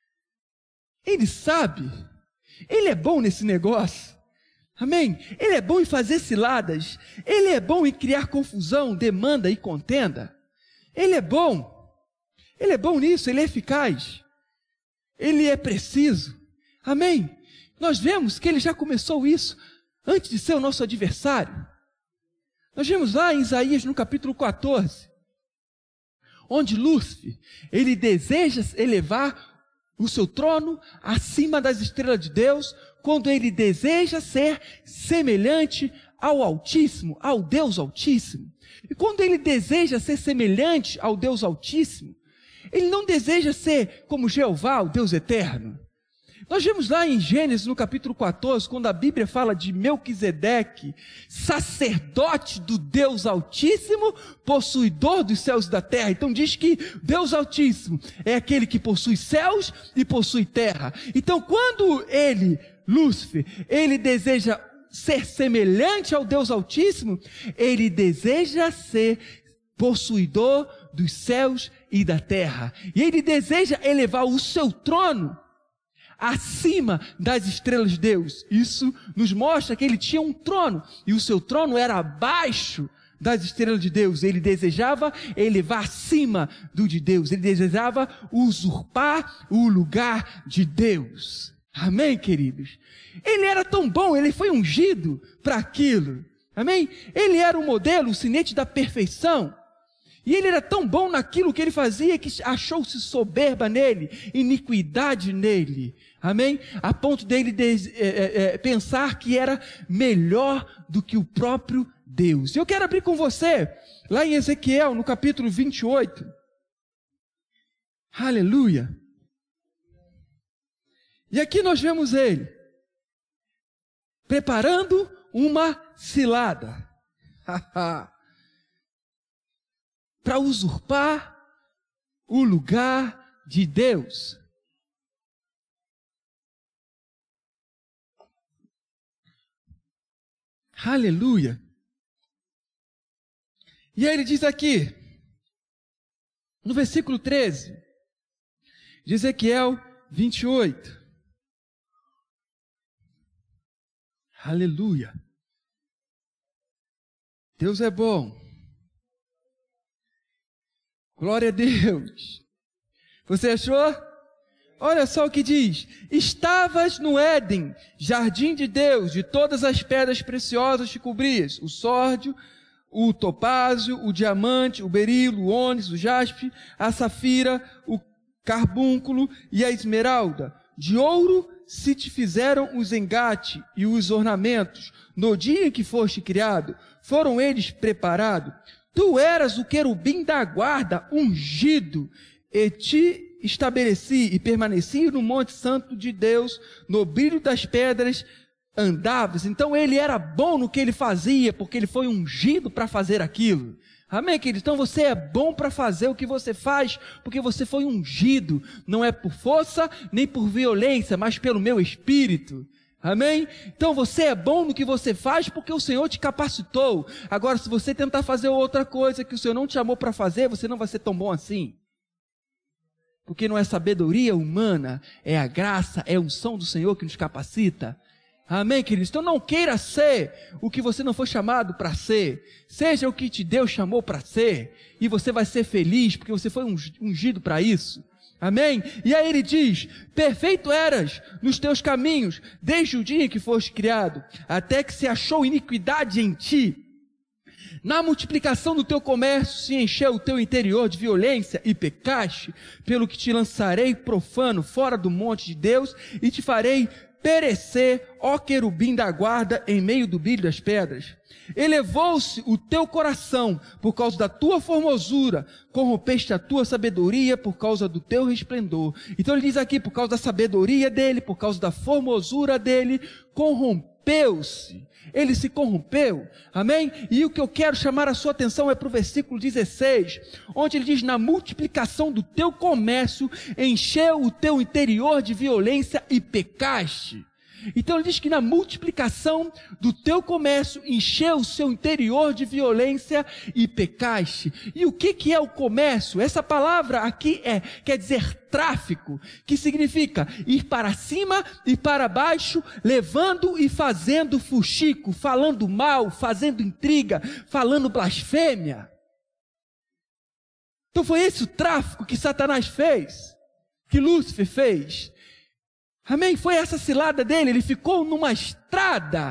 Speaker 2: ele sabe, ele é bom nesse negócio. Amém? Ele é bom em fazer ciladas, ele é bom em criar confusão, demanda e contenda. Ele é bom nisso, ele é eficaz, ele é preciso. Amém? Nós vemos que ele já começou isso antes de ser o nosso adversário. Nós vemos lá em Isaías no capítulo 14, onde Lúcifer, ele deseja elevar o seu trono acima das estrelas de Deus, quando ele deseja ser semelhante ao Altíssimo, ao Deus Altíssimo. E quando ele deseja ser semelhante ao Deus Altíssimo, ele não deseja ser como Jeová, o Deus Eterno. Nós vemos lá em Gênesis, no capítulo 14, quando a Bíblia fala de Melquisedeque, sacerdote do Deus Altíssimo, possuidor dos céus e da terra. Então diz que Deus Altíssimo é aquele que possui céus e possui terra. Então quando ele, Lúcifer, ele deseja ser semelhante ao Deus Altíssimo, ele deseja ser possuidor dos céus e da terra. E ele deseja elevar o seu trono acima das estrelas de Deus. Isso nos mostra que ele tinha um trono, e o seu trono era abaixo das estrelas de Deus. Ele desejava elevar acima do de Deus, ele desejava usurpar o lugar de Deus. Amém, queridos? Ele era tão bom, ele foi ungido para aquilo. Amém? Ele era o modelo, o sinete da perfeição. E ele era tão bom naquilo que ele fazia que achou-se soberba nele, iniquidade nele. Amém? A ponto dele pensar que era melhor do que o próprio Deus. Eu quero abrir com você, lá em Ezequiel, no capítulo 28. Aleluia! E aqui nós vemos ele preparando uma cilada. Para usurpar o lugar de Deus. Aleluia. E aí ele diz aqui, no versículo 13, de Ezequiel 28. Aleluia. Deus é bom. Glória a Deus. Você achou? Olha só o que diz. Estavas no Éden, jardim de Deus, de todas as pedras preciosas te cobrias, o sórdio, o topázio, o diamante, o berilo, o ônix, o jaspe, a safira, o carbúnculo e a esmeralda. De ouro se te fizeram os engates e os ornamentos. No dia em que foste criado, foram eles preparados. Tu eras o querubim da guarda, ungido, e te estabeleci e permaneci no monte santo de Deus, no brilho das pedras andavas. Então ele era bom no que ele fazia, porque ele foi ungido para fazer aquilo. Amém, querido? Então você é bom para fazer o que você faz, porque você foi ungido, não é por força, nem por violência, mas pelo meu Espírito. Amém? Então você é bom no que você faz porque o Senhor te capacitou. Agora, se você tentar fazer outra coisa que o Senhor não te chamou para fazer, você não vai ser tão bom assim. Porque não é sabedoria humana, é a graça, é a unção do Senhor que nos capacita. Amém, queridos? Então não queira ser o que você não foi chamado para ser. Seja o que Deus chamou para ser. E você vai ser feliz porque você foi ungido para isso. Amém? E aí ele diz, perfeito eras nos teus caminhos, desde o dia em que foste criado, até que se achou iniquidade em ti. Na multiplicação do teu comércio se encheu o teu interior de violência e pecaste, pelo que te lançarei profano fora do monte de Deus e te farei perecer, ó querubim da guarda, em meio do brilho das pedras. Elevou-se o teu coração por causa da tua formosura, corrompeste a tua sabedoria por causa do teu resplendor. Então ele diz aqui, por causa da sabedoria dele, por causa da formosura dele, corrompeu-se. Ele se corrompeu, amém? E o que eu quero chamar a sua atenção é para o versículo 16, onde ele diz, na multiplicação do teu comércio, encheu o teu interior de violência e pecaste. Então ele diz que na multiplicação do teu comércio, encheu o seu interior de violência e pecaste. E o que é o comércio? Essa palavra aqui quer dizer tráfico, que significa ir para cima e para baixo, levando e fazendo fuxico, falando mal, fazendo intriga, falando blasfêmia. Então foi esse o tráfico que Satanás fez, que Lúcifer fez. Amém? Foi essa cilada dele, ele ficou numa estrada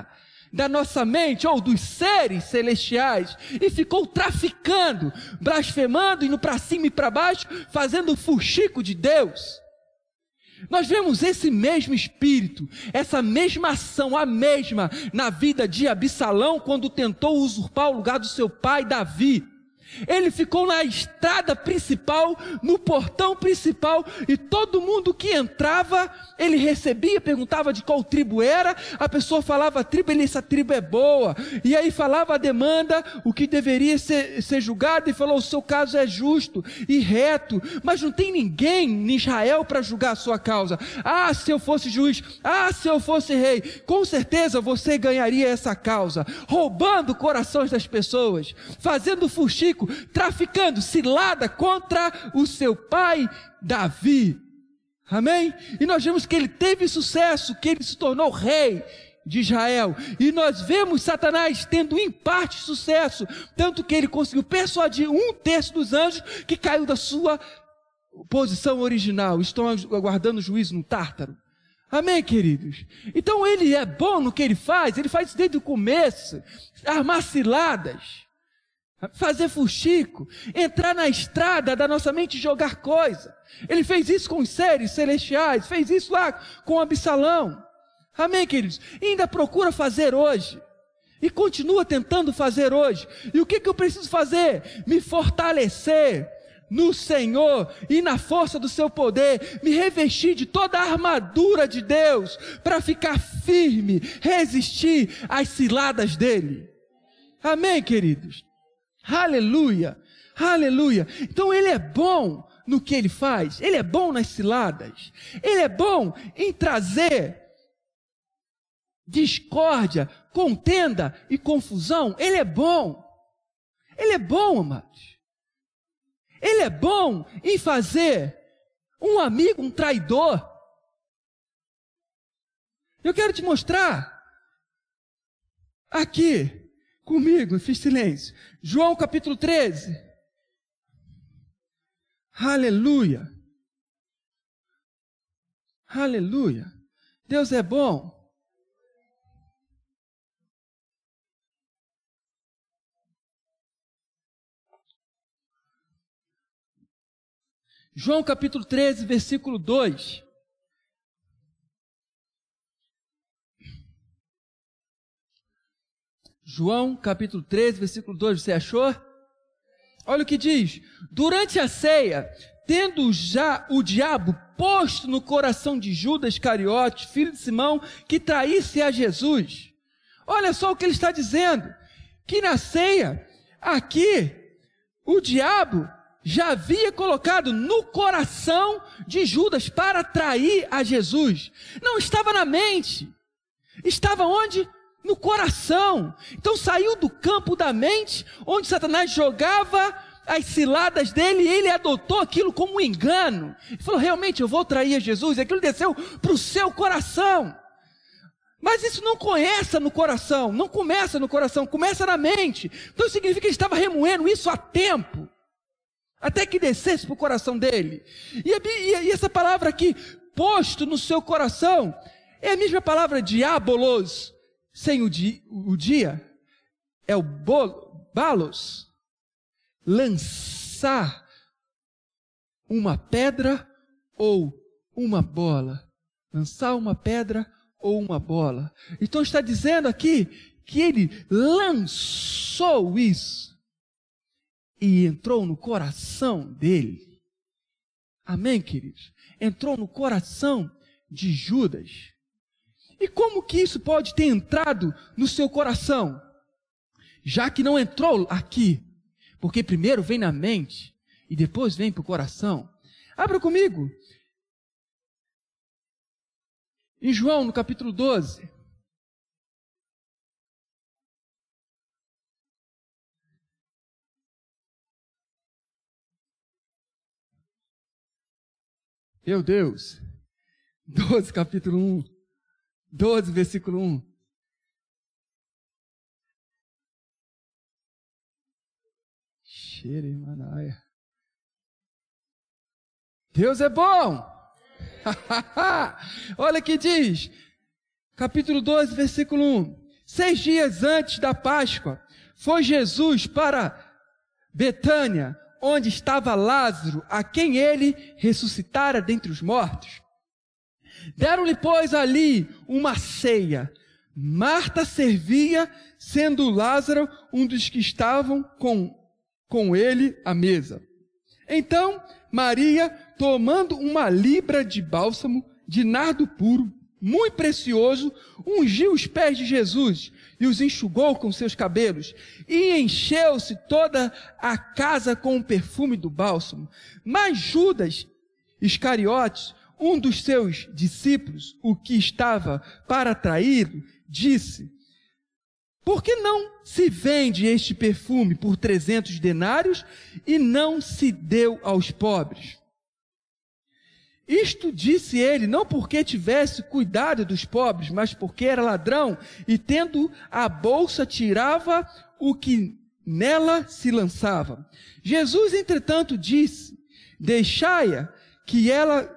Speaker 2: da nossa mente ou dos seres celestiais e ficou traficando, blasfemando, indo para cima e para baixo, fazendo fuxico de Deus. Nós vemos esse mesmo espírito, essa mesma ação, a mesma, na vida de Absalão, quando tentou usurpar o lugar do seu pai Davi. Ele ficou na estrada principal, no portão principal, e todo mundo que entrava, ele recebia, perguntava de qual tribo era, a pessoa falava a tribo, ele, essa tribo é boa, e aí falava a demanda, o que deveria ser julgado, e falou, o seu caso é justo e reto, mas não tem ninguém em Israel para julgar a sua causa. Ah, se eu fosse juiz, ah, se eu fosse rei, com certeza você ganharia essa causa, roubando corações das pessoas, fazendo fuxico, traficando cilada contra o seu pai Davi. Amém? E nós vemos que ele teve sucesso, que ele se tornou rei de Israel. E nós vemos Satanás tendo em parte sucesso, tanto que ele conseguiu persuadir 1/3 dos anjos que caiu da sua posição original, estão aguardando juízo no Tártaro. Amém, queridos? Então ele é bom no que ele faz isso desde o começo, armar ciladas, fazer fuxico, entrar na estrada da nossa mente e jogar coisa. Ele fez isso com os seres celestiais, fez isso lá com Absalão. Amém, queridos? E ainda procura fazer hoje. E continua tentando fazer hoje. E o que eu preciso fazer? Me fortalecer no Senhor e na força do seu poder, me revestir de toda a armadura de Deus, para ficar firme, resistir às ciladas dele. Amém, queridos? Aleluia, aleluia. Então ele é bom no que ele faz, ele é bom nas ciladas, ele é bom em trazer discórdia, contenda e confusão. Ele é bom, amados. Ele é bom em fazer um amigo um traidor. Eu quero te mostrar aqui comigo, fiz silêncio. João capítulo 13. Aleluia. Aleluia. Deus é bom. João capítulo 13, versículo 2. João capítulo 13, versículo 2, você achou? Olha o que diz: durante a ceia, tendo já o diabo posto no coração de Judas Iscariote, filho de Simão, que traísse a Jesus. Olha só o que ele está dizendo, que na ceia, aqui, o diabo já havia colocado no coração de Judas para trair a Jesus. Não estava na mente, estava onde? No coração. Então saiu do campo da mente, onde Satanás jogava as ciladas dele, e ele adotou aquilo como um engano. Ele falou, realmente eu vou trair a Jesus, e aquilo desceu para o seu coração. Mas isso não começa no coração, começa na mente. Então significa que ele estava remoendo isso há tempo, até que descesse para o coração dele. E essa palavra aqui, posto no seu coração, é a mesma palavra diabolos, sem o dia, é o balos, lançar uma pedra ou uma bola. Lançar uma pedra ou uma bola. Então está dizendo aqui que ele lançou isso e entrou no coração dele. Amém, queridos? Entrou no coração de Judas. E como que isso pode ter entrado no seu coração? Já que não entrou aqui, porque primeiro vem na mente e depois vem para o coração. Abra comigo. Em João, no capítulo 12. Meu Deus. 12, capítulo 1. 12, versículo 1. Xeremanaia. Deus é bom. Olha o que diz. Capítulo 12, versículo 1. 6 dias antes da Páscoa, foi Jesus para Betânia, onde estava Lázaro, a quem ele ressuscitara dentre os mortos. Deram-lhe, pois, ali uma ceia. Marta servia, sendo Lázaro um dos que estavam com ele à mesa. Então, Maria, tomando uma libra de bálsamo de nardo puro, muito precioso, ungiu os pés de Jesus e os enxugou com seus cabelos, e encheu-se toda a casa com o perfume do bálsamo. Mas Judas Iscariotes, um dos seus discípulos, o que estava para traí-lo, disse: por que não se vende este perfume por 300 denários e não se deu aos pobres? Isto disse ele, não porque tivesse cuidado dos pobres, mas porque era ladrão, e tendo a bolsa, tirava o que nela se lançava. Jesus, entretanto, disse: deixai-a que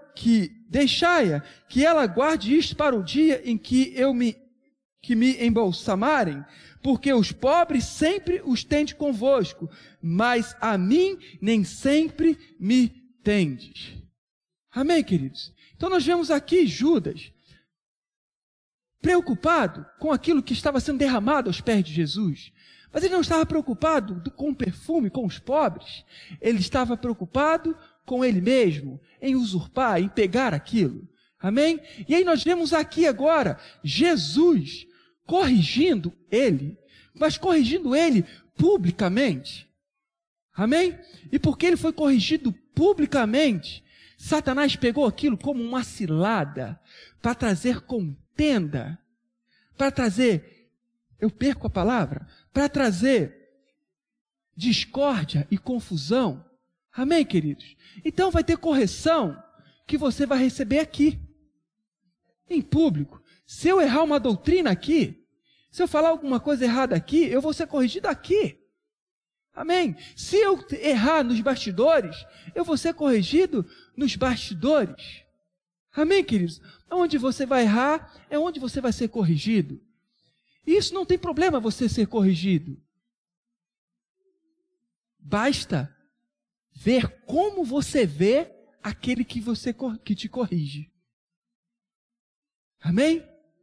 Speaker 2: ela guarde isto para o dia em que me embalsamarem, porque os pobres sempre os tendes convosco, mas a mim nem sempre me tendes. Amém, queridos? Então nós vemos aqui Judas preocupado com aquilo que estava sendo derramado aos pés de Jesus. Mas ele não estava preocupado com o perfume, com os pobres. Ele estava preocupado com ele mesmo, em usurpar, em pegar aquilo. Amém? E aí nós vemos aqui agora Jesus corrigindo ele, mas corrigindo ele publicamente. Amém? E porque ele foi corrigido publicamente, Satanás pegou aquilo como uma cilada para trazer contenda, para trazer, eu perco a palavra, para trazer discórdia e confusão. Amém, queridos? Então vai ter correção que você vai receber aqui, em público. Se eu errar uma doutrina aqui, se eu falar alguma coisa errada aqui, eu vou ser corrigido aqui. Amém? Se eu errar nos bastidores, eu vou ser corrigido nos bastidores. Amém, queridos? Onde você vai errar, é onde você vai ser corrigido. E isso não tem problema você ser corrigido. Basta ver como você vê aquele que te corrige. Amém?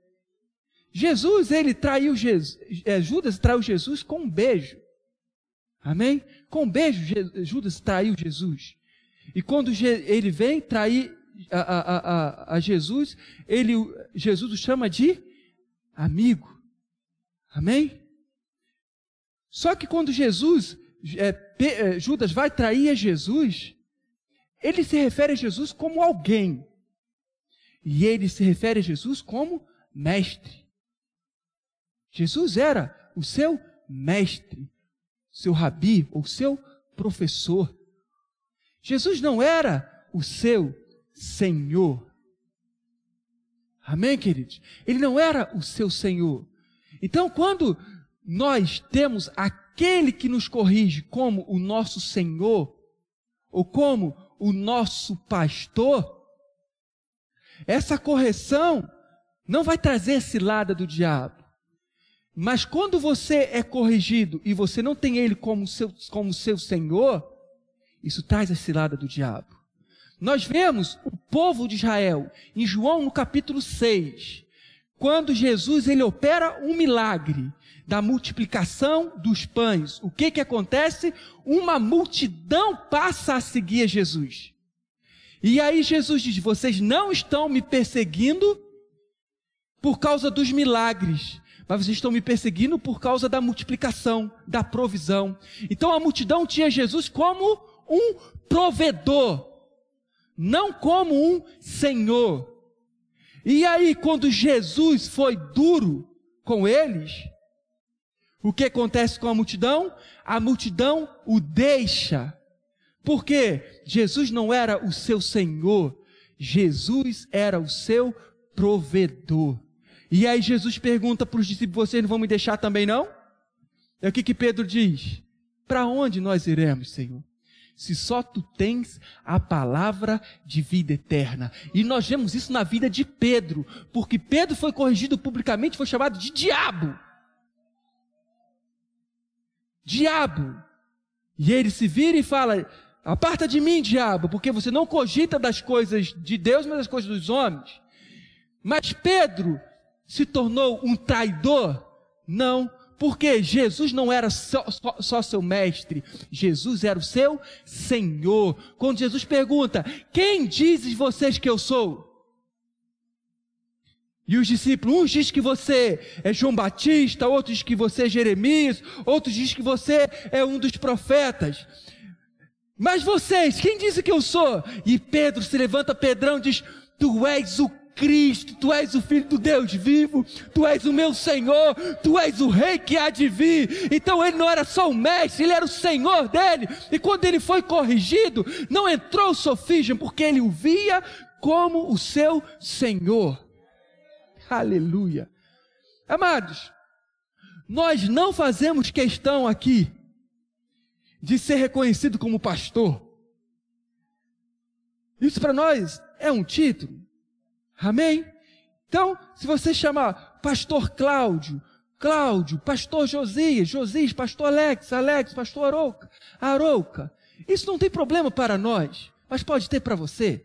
Speaker 2: Judas traiu Jesus com um beijo. Amém? Com um beijo, Judas traiu Jesus. E quando ele vem trair a Jesus, Jesus o chama de amigo. Amém? Só que quando Judas vai trair a Jesus, ele se refere a Jesus como alguém. E ele se refere a Jesus como mestre. Jesus era o seu mestre, seu rabi, ou seu professor. Jesus não era o seu Senhor. Amém, queridos? Ele não era o seu Senhor. Então, quando nós temos aquele que nos corrige como o nosso Senhor, ou como o nosso pastor, essa correção não vai trazer cilada do diabo. Mas quando você é corrigido e você não tem ele como seu Senhor, isso traz a cilada do diabo. Nós vemos o povo de Israel, em João no capítulo 6, quando Jesus ele opera um milagre da multiplicação dos pães. O que acontece? Uma multidão passa a seguir a Jesus. E aí Jesus diz: vocês não estão me perseguindo por causa dos milagres, mas vocês estão me perseguindo por causa da multiplicação, da provisão. Então a multidão tinha Jesus como um provedor, não como um Senhor. E aí, quando Jesus foi duro com eles, o que acontece com a multidão? A multidão o deixa. Porque Jesus não era o seu Senhor, Jesus era o seu provedor. E aí Jesus pergunta para os discípulos: vocês não vão me deixar também não? É o que Pedro diz: para onde nós iremos, Senhor? Se só tu tens a palavra de vida eterna. E nós vemos isso na vida de Pedro, porque Pedro foi corrigido publicamente, foi chamado de diabo. diabo. E ele se vira e fala: aparta de mim, diabo, porque você não cogita das coisas de Deus, mas das coisas dos homens. Mas Pedro se tornou um traidor? Não, porque Jesus não era só seu mestre, Jesus era o seu Senhor. Quando Jesus pergunta: quem dizes vocês que eu sou? E os discípulos, uns dizem que você é João Batista, outros dizem que você é Jeremias, outros dizem que você é um dos profetas. Mas vocês, quem dizem que eu sou? E Pedro se levanta, Pedrão diz: tu és o Cristo, tu és o Filho do Deus vivo, tu és o meu Senhor, tu és o Rei que há de vir. Então ele não era só o mestre, ele era o Senhor dele. E quando ele foi corrigido, não entrou o sofisma, porque ele o via como o seu Senhor. Aleluia. Amados, nós não fazemos questão aqui de ser reconhecido como pastor. Isso para nós é um título. Amém? Então, se você chamar pastor Cláudio, pastor Josias, pastor Alex, pastor Arouca, isso não tem problema para nós, mas pode ter para você.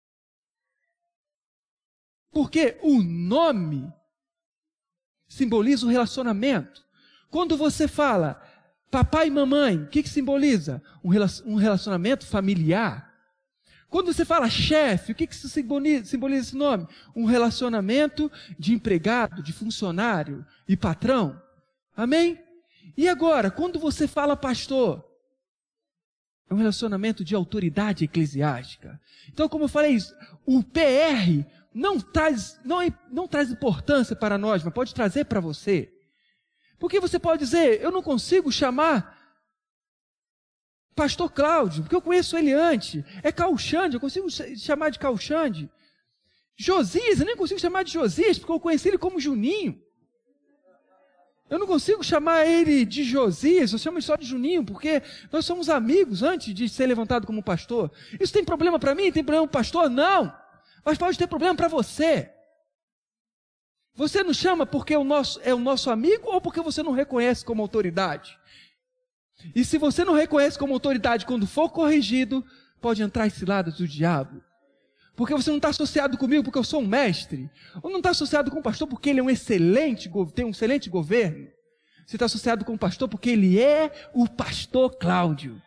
Speaker 2: Porque o nome simboliza o relacionamento. Quando você fala papai e mamãe, o que simboliza? Um relacionamento familiar. Quando você fala chefe, o que simboliza esse nome? Um relacionamento de empregado, de funcionário e patrão. Amém? E agora, quando você fala pastor, é um relacionamento de autoridade eclesiástica. Então, como eu falei, o PR não traz importância para nós, mas pode trazer para você. Porque você pode dizer: eu não consigo chamar pastor Cláudio, porque eu conheço ele antes. É Calxande, eu consigo chamar de Calxande. Josias, eu nem consigo chamar de Josias, porque eu conheci ele como Juninho. Eu não consigo chamar ele de Josias, eu chamo ele só de Juninho, porque nós somos amigos antes de ser levantado como pastor. Isso tem problema para mim? Tem problema para o pastor? Não. Mas pode ter problema para você. Você não chama porque é o nosso amigo ou porque você não reconhece como autoridade? E se você não reconhece como autoridade, quando for corrigido, pode entrar em ciladas do diabo. Porque você não está associado comigo porque eu sou um mestre. Ou não está associado com o pastor porque ele é tem um excelente governo. Você está associado com o pastor porque ele é o pastor Cláudio.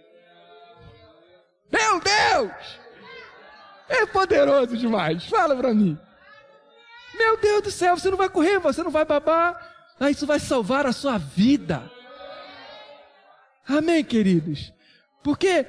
Speaker 2: Meu Deus! É poderoso demais. Fala para mim. Meu Deus do céu, você não vai correr, você não vai babar. Isso vai salvar a sua vida. Amém, queridos? Porque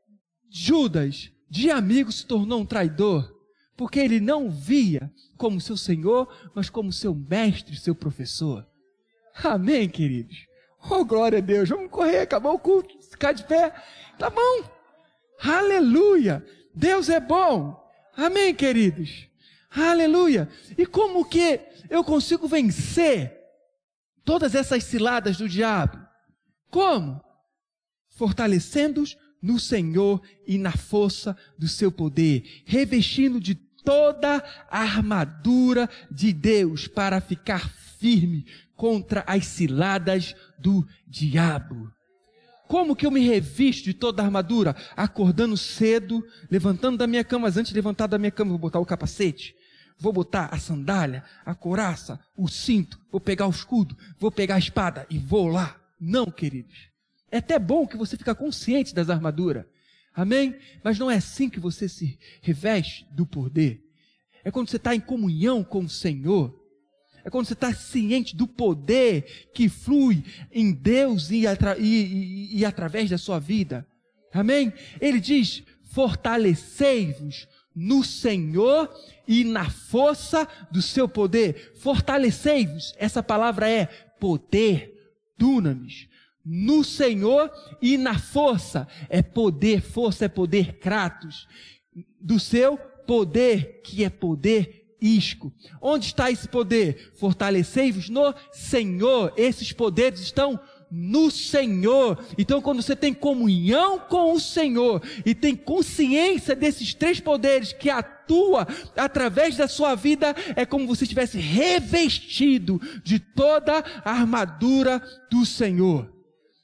Speaker 2: Judas, de amigo, se tornou um traidor. Porque ele não via como seu Senhor, mas como seu mestre, seu professor. Amém, queridos? Oh, glória a Deus. Vamos correr, acabou o culto. Ficar de pé. Tá bom. Aleluia. Deus é bom. Amém, queridos? Aleluia. E como que eu consigo vencer todas essas ciladas do diabo? Como? Fortalecendo-os no Senhor e na força do seu poder, revestindo de toda a armadura de Deus para ficar firme contra as ciladas do diabo. Como que eu me revisto de toda a armadura? Acordando cedo, levantando da minha cama, mas antes de levantar da minha cama, vou botar o capacete, vou botar a sandália, a couraça, o cinto, vou pegar o escudo, vou pegar a espada e vou lá. Não, queridos. É até bom que você fique consciente das armaduras. Amém? Mas não é assim que você se reveste do poder. É quando você está em comunhão com o Senhor. É quando você está ciente do poder que flui em Deus e através da sua vida. Amém? Ele diz: fortalecei-vos no Senhor e na força do seu poder. Fortalecei-vos, essa palavra é poder, dunamis. No Senhor e na força, é poder, força é poder, kratos, do seu poder, que é poder isco. Onde está esse poder? Fortalecei-vos no Senhor. Esses poderes estão no Senhor. Então, quando você tem comunhão com o Senhor e tem consciência desses três poderes que atua através da sua vida, é como se você estivesse revestido de toda a armadura do Senhor.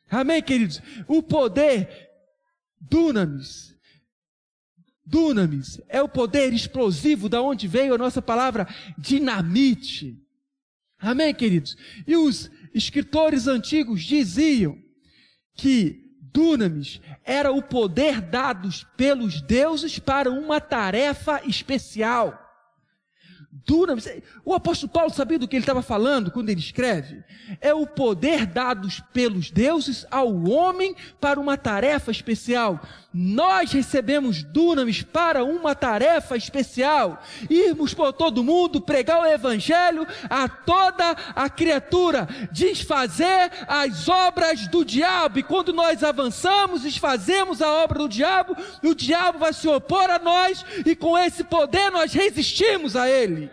Speaker 2: Amém, queridos? O poder dunamis. Dunamis é o poder explosivo da onde veio a nossa palavra dinamite. Amém, queridos? E os escritores antigos diziam que dunamis era o poder dado pelos deuses para uma tarefa especial. Dunamis, o apóstolo Paulo sabia do que ele estava falando quando ele escreve? É o poder dado pelos deuses ao homem para uma tarefa especial. Nós recebemos dunamis para uma tarefa especial. Irmos por todo mundo, pregar o evangelho a toda a criatura, desfazer as obras do diabo. E quando nós avançamos, desfazemos a obra do diabo, o diabo vai se opor a nós e com esse poder nós resistimos a ele.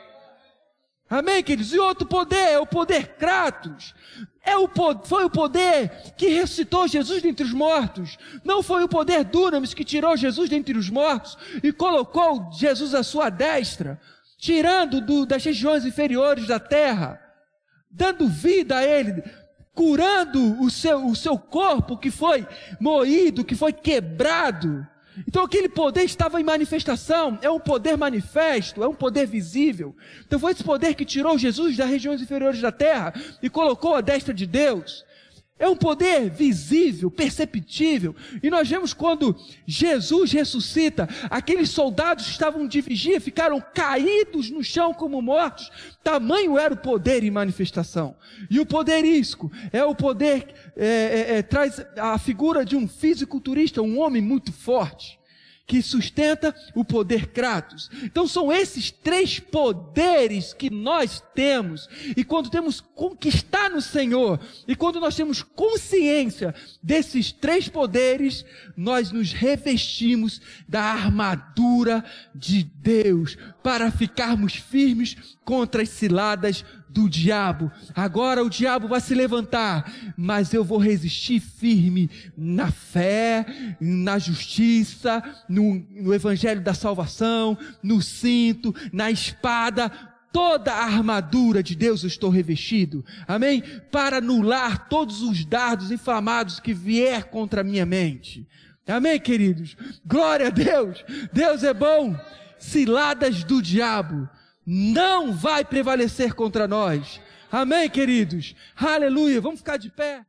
Speaker 2: Amém, queridos? E outro poder é o poder Kratos. Foi o poder que ressuscitou Jesus dentre os mortos. Não foi o poder Dunamis que tirou Jesus dentre os mortos e colocou Jesus à sua destra, tirando das regiões inferiores da terra, dando vida a ele, curando o seu corpo que foi moído, que foi quebrado. Então aquele poder estava em manifestação, é um poder manifesto, é um poder visível. Então foi esse poder que tirou Jesus das regiões inferiores da terra e colocou à destra de Deus. É um poder visível, perceptível. E nós vemos quando Jesus ressuscita, aqueles soldados que estavam de vigia ficaram caídos no chão como mortos. Tamanho era o poder em manifestação. E o poder isco é o poder, traz a figura de um fisiculturista, um homem muito forte, que sustenta o poder Kratos. Então são esses três poderes que nós temos, e quando temos conquistar no Senhor, e quando nós temos consciência desses três poderes, nós nos revestimos da armadura de Deus, para ficarmos firmes contra as ciladas do diabo. Agora o diabo vai se levantar, mas eu vou resistir firme na fé, na justiça, no evangelho da salvação, no cinto, na espada. Toda a armadura de Deus eu estou revestido, amém? Para anular todos os dardos inflamados que vier contra a minha mente. Amém, queridos? Glória a Deus! Deus é bom. Ciladas do diabo não vai prevalecer contra nós. Amém, queridos? Aleluia! Vamos ficar de pé.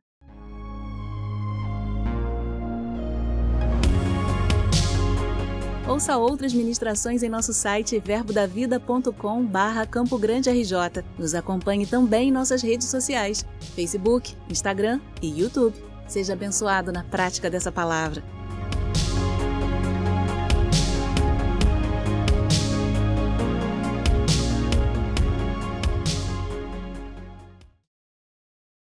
Speaker 1: Ouça outras ministrações em nosso site verbodavida.com/Campo Grande RJ. Nos acompanhe também em nossas redes sociais, Facebook, Instagram e YouTube. Seja abençoado na prática dessa palavra.